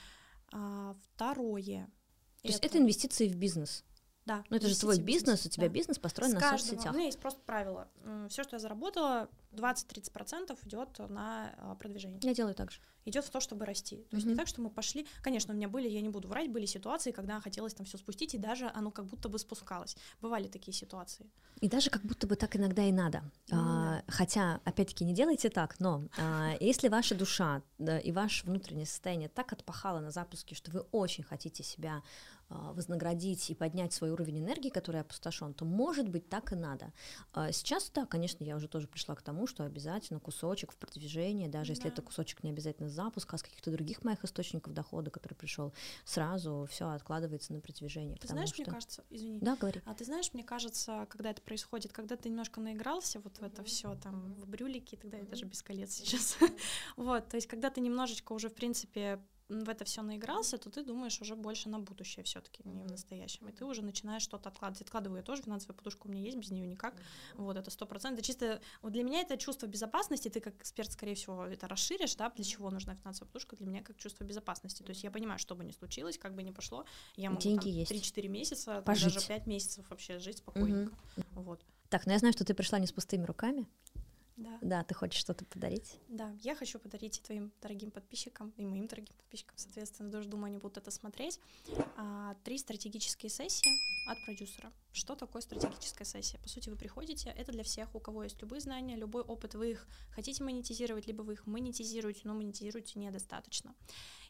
Второе. То есть это инвестиции в бизнес? Да. Ну, это же твой бизнес, у тебя бизнес построен на соцсетях. У меня есть просто правило. Все, что я заработала, 20-30% идет на продвижение. Я делаю так же. Идет в то, чтобы расти. То есть не так, что мы пошли. Конечно, у меня были, я не буду врать, были ситуации, когда хотелось там все спустить, и даже оно как будто бы спускалось. Бывали такие ситуации. И даже как будто бы так иногда и надо. Хотя, опять-таки, не делайте так, но если ваша душа и ваше внутреннее состояние так отпахало на запуске, что вы очень хотите себя вознаградить и поднять свой уровень энергии, который опустошен, то, может быть, так и надо. Сейчас, да, конечно, я уже тоже пришла к тому, что обязательно кусочек в продвижении, даже если это кусочек не обязательно с запуска, а с каких-то других моих источников дохода, который пришел, сразу все откладывается на продвижение. Ты знаешь, мне кажется, извини. Да, говори. А ты знаешь, мне кажется, когда это происходит, когда ты немножко наигрался вот в это все там в брюлики и так далее, даже без колец сейчас. Вот, то есть, когда ты немножечко уже, в принципе, в это все наигрался, то ты думаешь уже больше на будущее все-таки, не в настоящем. И ты уже начинаешь что-то откладывать. Откладываю я тоже, финансовая подушка у меня есть, без нее никак. Вот, это 100%. Это чисто, вот для меня это чувство безопасности, ты как эксперт, скорее всего, это расширишь, да, для чего нужна финансовая подушка, для меня как чувство безопасности. То есть я понимаю, что бы ни случилось, как бы ни пошло, я могу там 3-4 месяца, там, даже 5 месяцев вообще жить спокойненько. Вот. Так, ну я знаю, что ты пришла не с пустыми руками. Да. Да, ты хочешь что-то подарить? Да, я хочу подарить твоим дорогим подписчикам и моим дорогим подписчикам, соответственно, тоже думаю, они будут это смотреть. 3 стратегические сессии от продюсера. Что такое стратегическая сессия? По сути, вы приходите, это для всех, у кого есть любые знания, любой опыт, вы их хотите монетизировать, либо вы их монетизируете, но монетизируете недостаточно.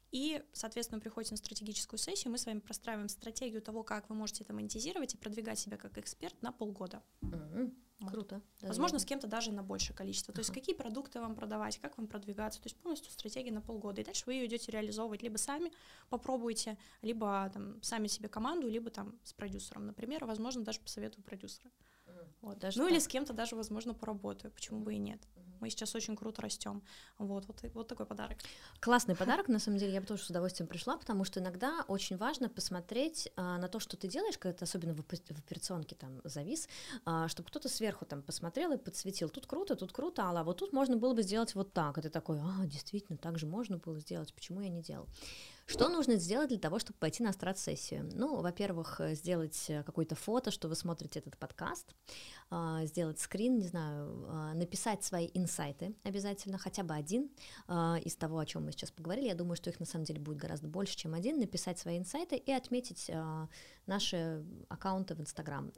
И, соответственно, приходите на стратегическую сессию, мы с вами простраиваем стратегию того, как вы можете это монетизировать и продвигать себя как эксперт на полгода. Вот. Круто. Возможно, с кем-то даже на большее количество. То есть какие продукты вам продавать, как вам продвигаться. То есть полностью стратегия на полгода. И дальше вы ее идете реализовывать. Либо сами попробуйте, либо там, сами себе команду, либо там с продюсером, например. Возможно, даже посоветую продюсера. Вот. Даже ну так. или с кем-то даже, возможно, поработаю. Почему бы и нет. Мы сейчас очень круто растем. Вот такой подарок. Классный подарок, на самом деле, я бы тоже с удовольствием пришла, потому что иногда очень важно посмотреть на то, что ты делаешь, когда ты особенно в операционке там завис, чтобы кто-то сверху там посмотрел и подсветил. Тут круто, а вот тут можно было бы сделать вот так. И ты такой, действительно, так же можно было сделать, почему я не делал? Что нужно сделать для того, чтобы пойти на старт-сессию? Ну, во-первых, сделать какое-то фото, что вы смотрите этот подкаст, сделать скрин, не знаю, написать свои инсайты обязательно, хотя бы один из того, о чем мы сейчас поговорили. Я думаю, что их на самом деле будет гораздо больше, чем один. Написать свои инсайты и отметить наши аккаунты в Инстаграм.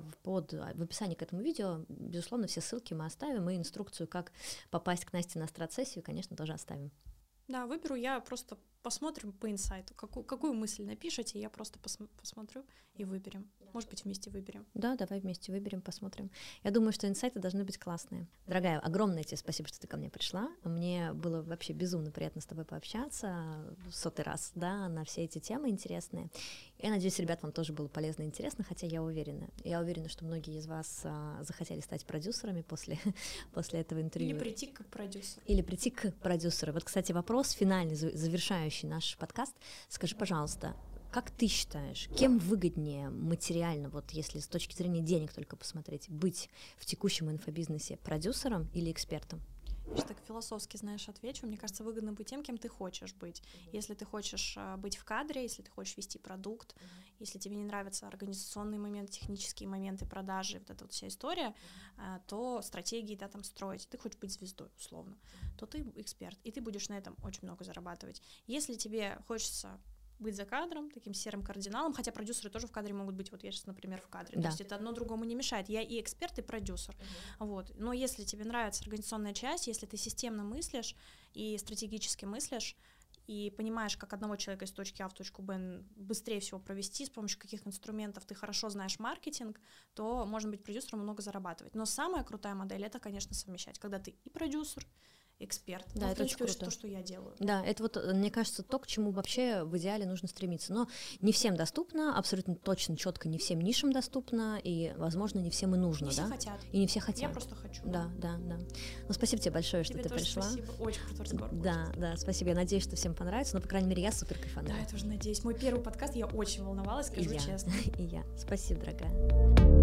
В описании к этому видео, безусловно, все ссылки мы оставим, и инструкцию, как попасть к Насте на старт-сессию, конечно, тоже оставим. Да, выберу я просто посмотрим по инсайту, какую мысль напишите, я просто посмотрю и выберем. Может быть, вместе выберем. Да, давай вместе выберем, посмотрим. Я думаю, что инсайты должны быть классные. Дорогая, огромное тебе спасибо, что ты ко мне пришла. Мне было вообще безумно приятно с тобой пообщаться в 100-й раз, да, на все эти темы интересные. Я надеюсь, ребят, вам тоже было полезно и интересно, хотя я уверена, что многие из вас захотели стать продюсерами после этого интервью. Или прийти к продюсеру. Вот, кстати, вопрос финальный, завершающий наш подкаст. Скажи, пожалуйста, как ты считаешь, кем выгоднее материально, вот если с точки зрения денег только посмотреть, быть в текущем инфобизнесе продюсером или экспертом? Я же так философски, знаешь, отвечу. Мне кажется, выгодно быть тем, кем ты хочешь быть. Если ты хочешь быть в кадре, если ты хочешь вести продукт, если тебе не нравятся организационные моменты, технические моменты продажи, вот эта вот вся история, то стратегии, да, там строить. Ты хочешь быть звездой, условно, то ты эксперт, и ты будешь на этом очень много зарабатывать. Если тебе хочется быть за кадром, таким серым кардиналом, хотя продюсеры тоже в кадре могут быть, вот я сейчас, например, в кадре, да. То есть это одно другому не мешает, я и эксперт, и продюсер, вот, но если тебе нравится организационная часть, если ты системно мыслишь и стратегически мыслишь, и понимаешь, как одного человека из точки А в точку Б быстрее всего провести, с помощью каких инструментов ты хорошо знаешь маркетинг, то можно быть продюсером и много зарабатывать. Но самая крутая модель — это, конечно, совмещать, когда ты и продюсер, эксперт. Да, это очень круто. То, что я делаю. Да, это вот, мне кажется, то, к чему вообще в идеале нужно стремиться. Но не всем доступно, абсолютно точно, четко не всем нишам доступно, и, возможно, не всем и нужно, не да? все хотят. И не все хотят. Я просто хочу. Да. Ну, спасибо тебе большое, что ты пришла. Спасибо, очень крутой разговор. Да, спасибо. Я надеюсь, что всем понравится, но, по крайней мере, я супер кайфанула. Да, я тоже надеюсь. Мой первый подкаст, я очень волновалась, скажу честно. И я. Спасибо, дорогая.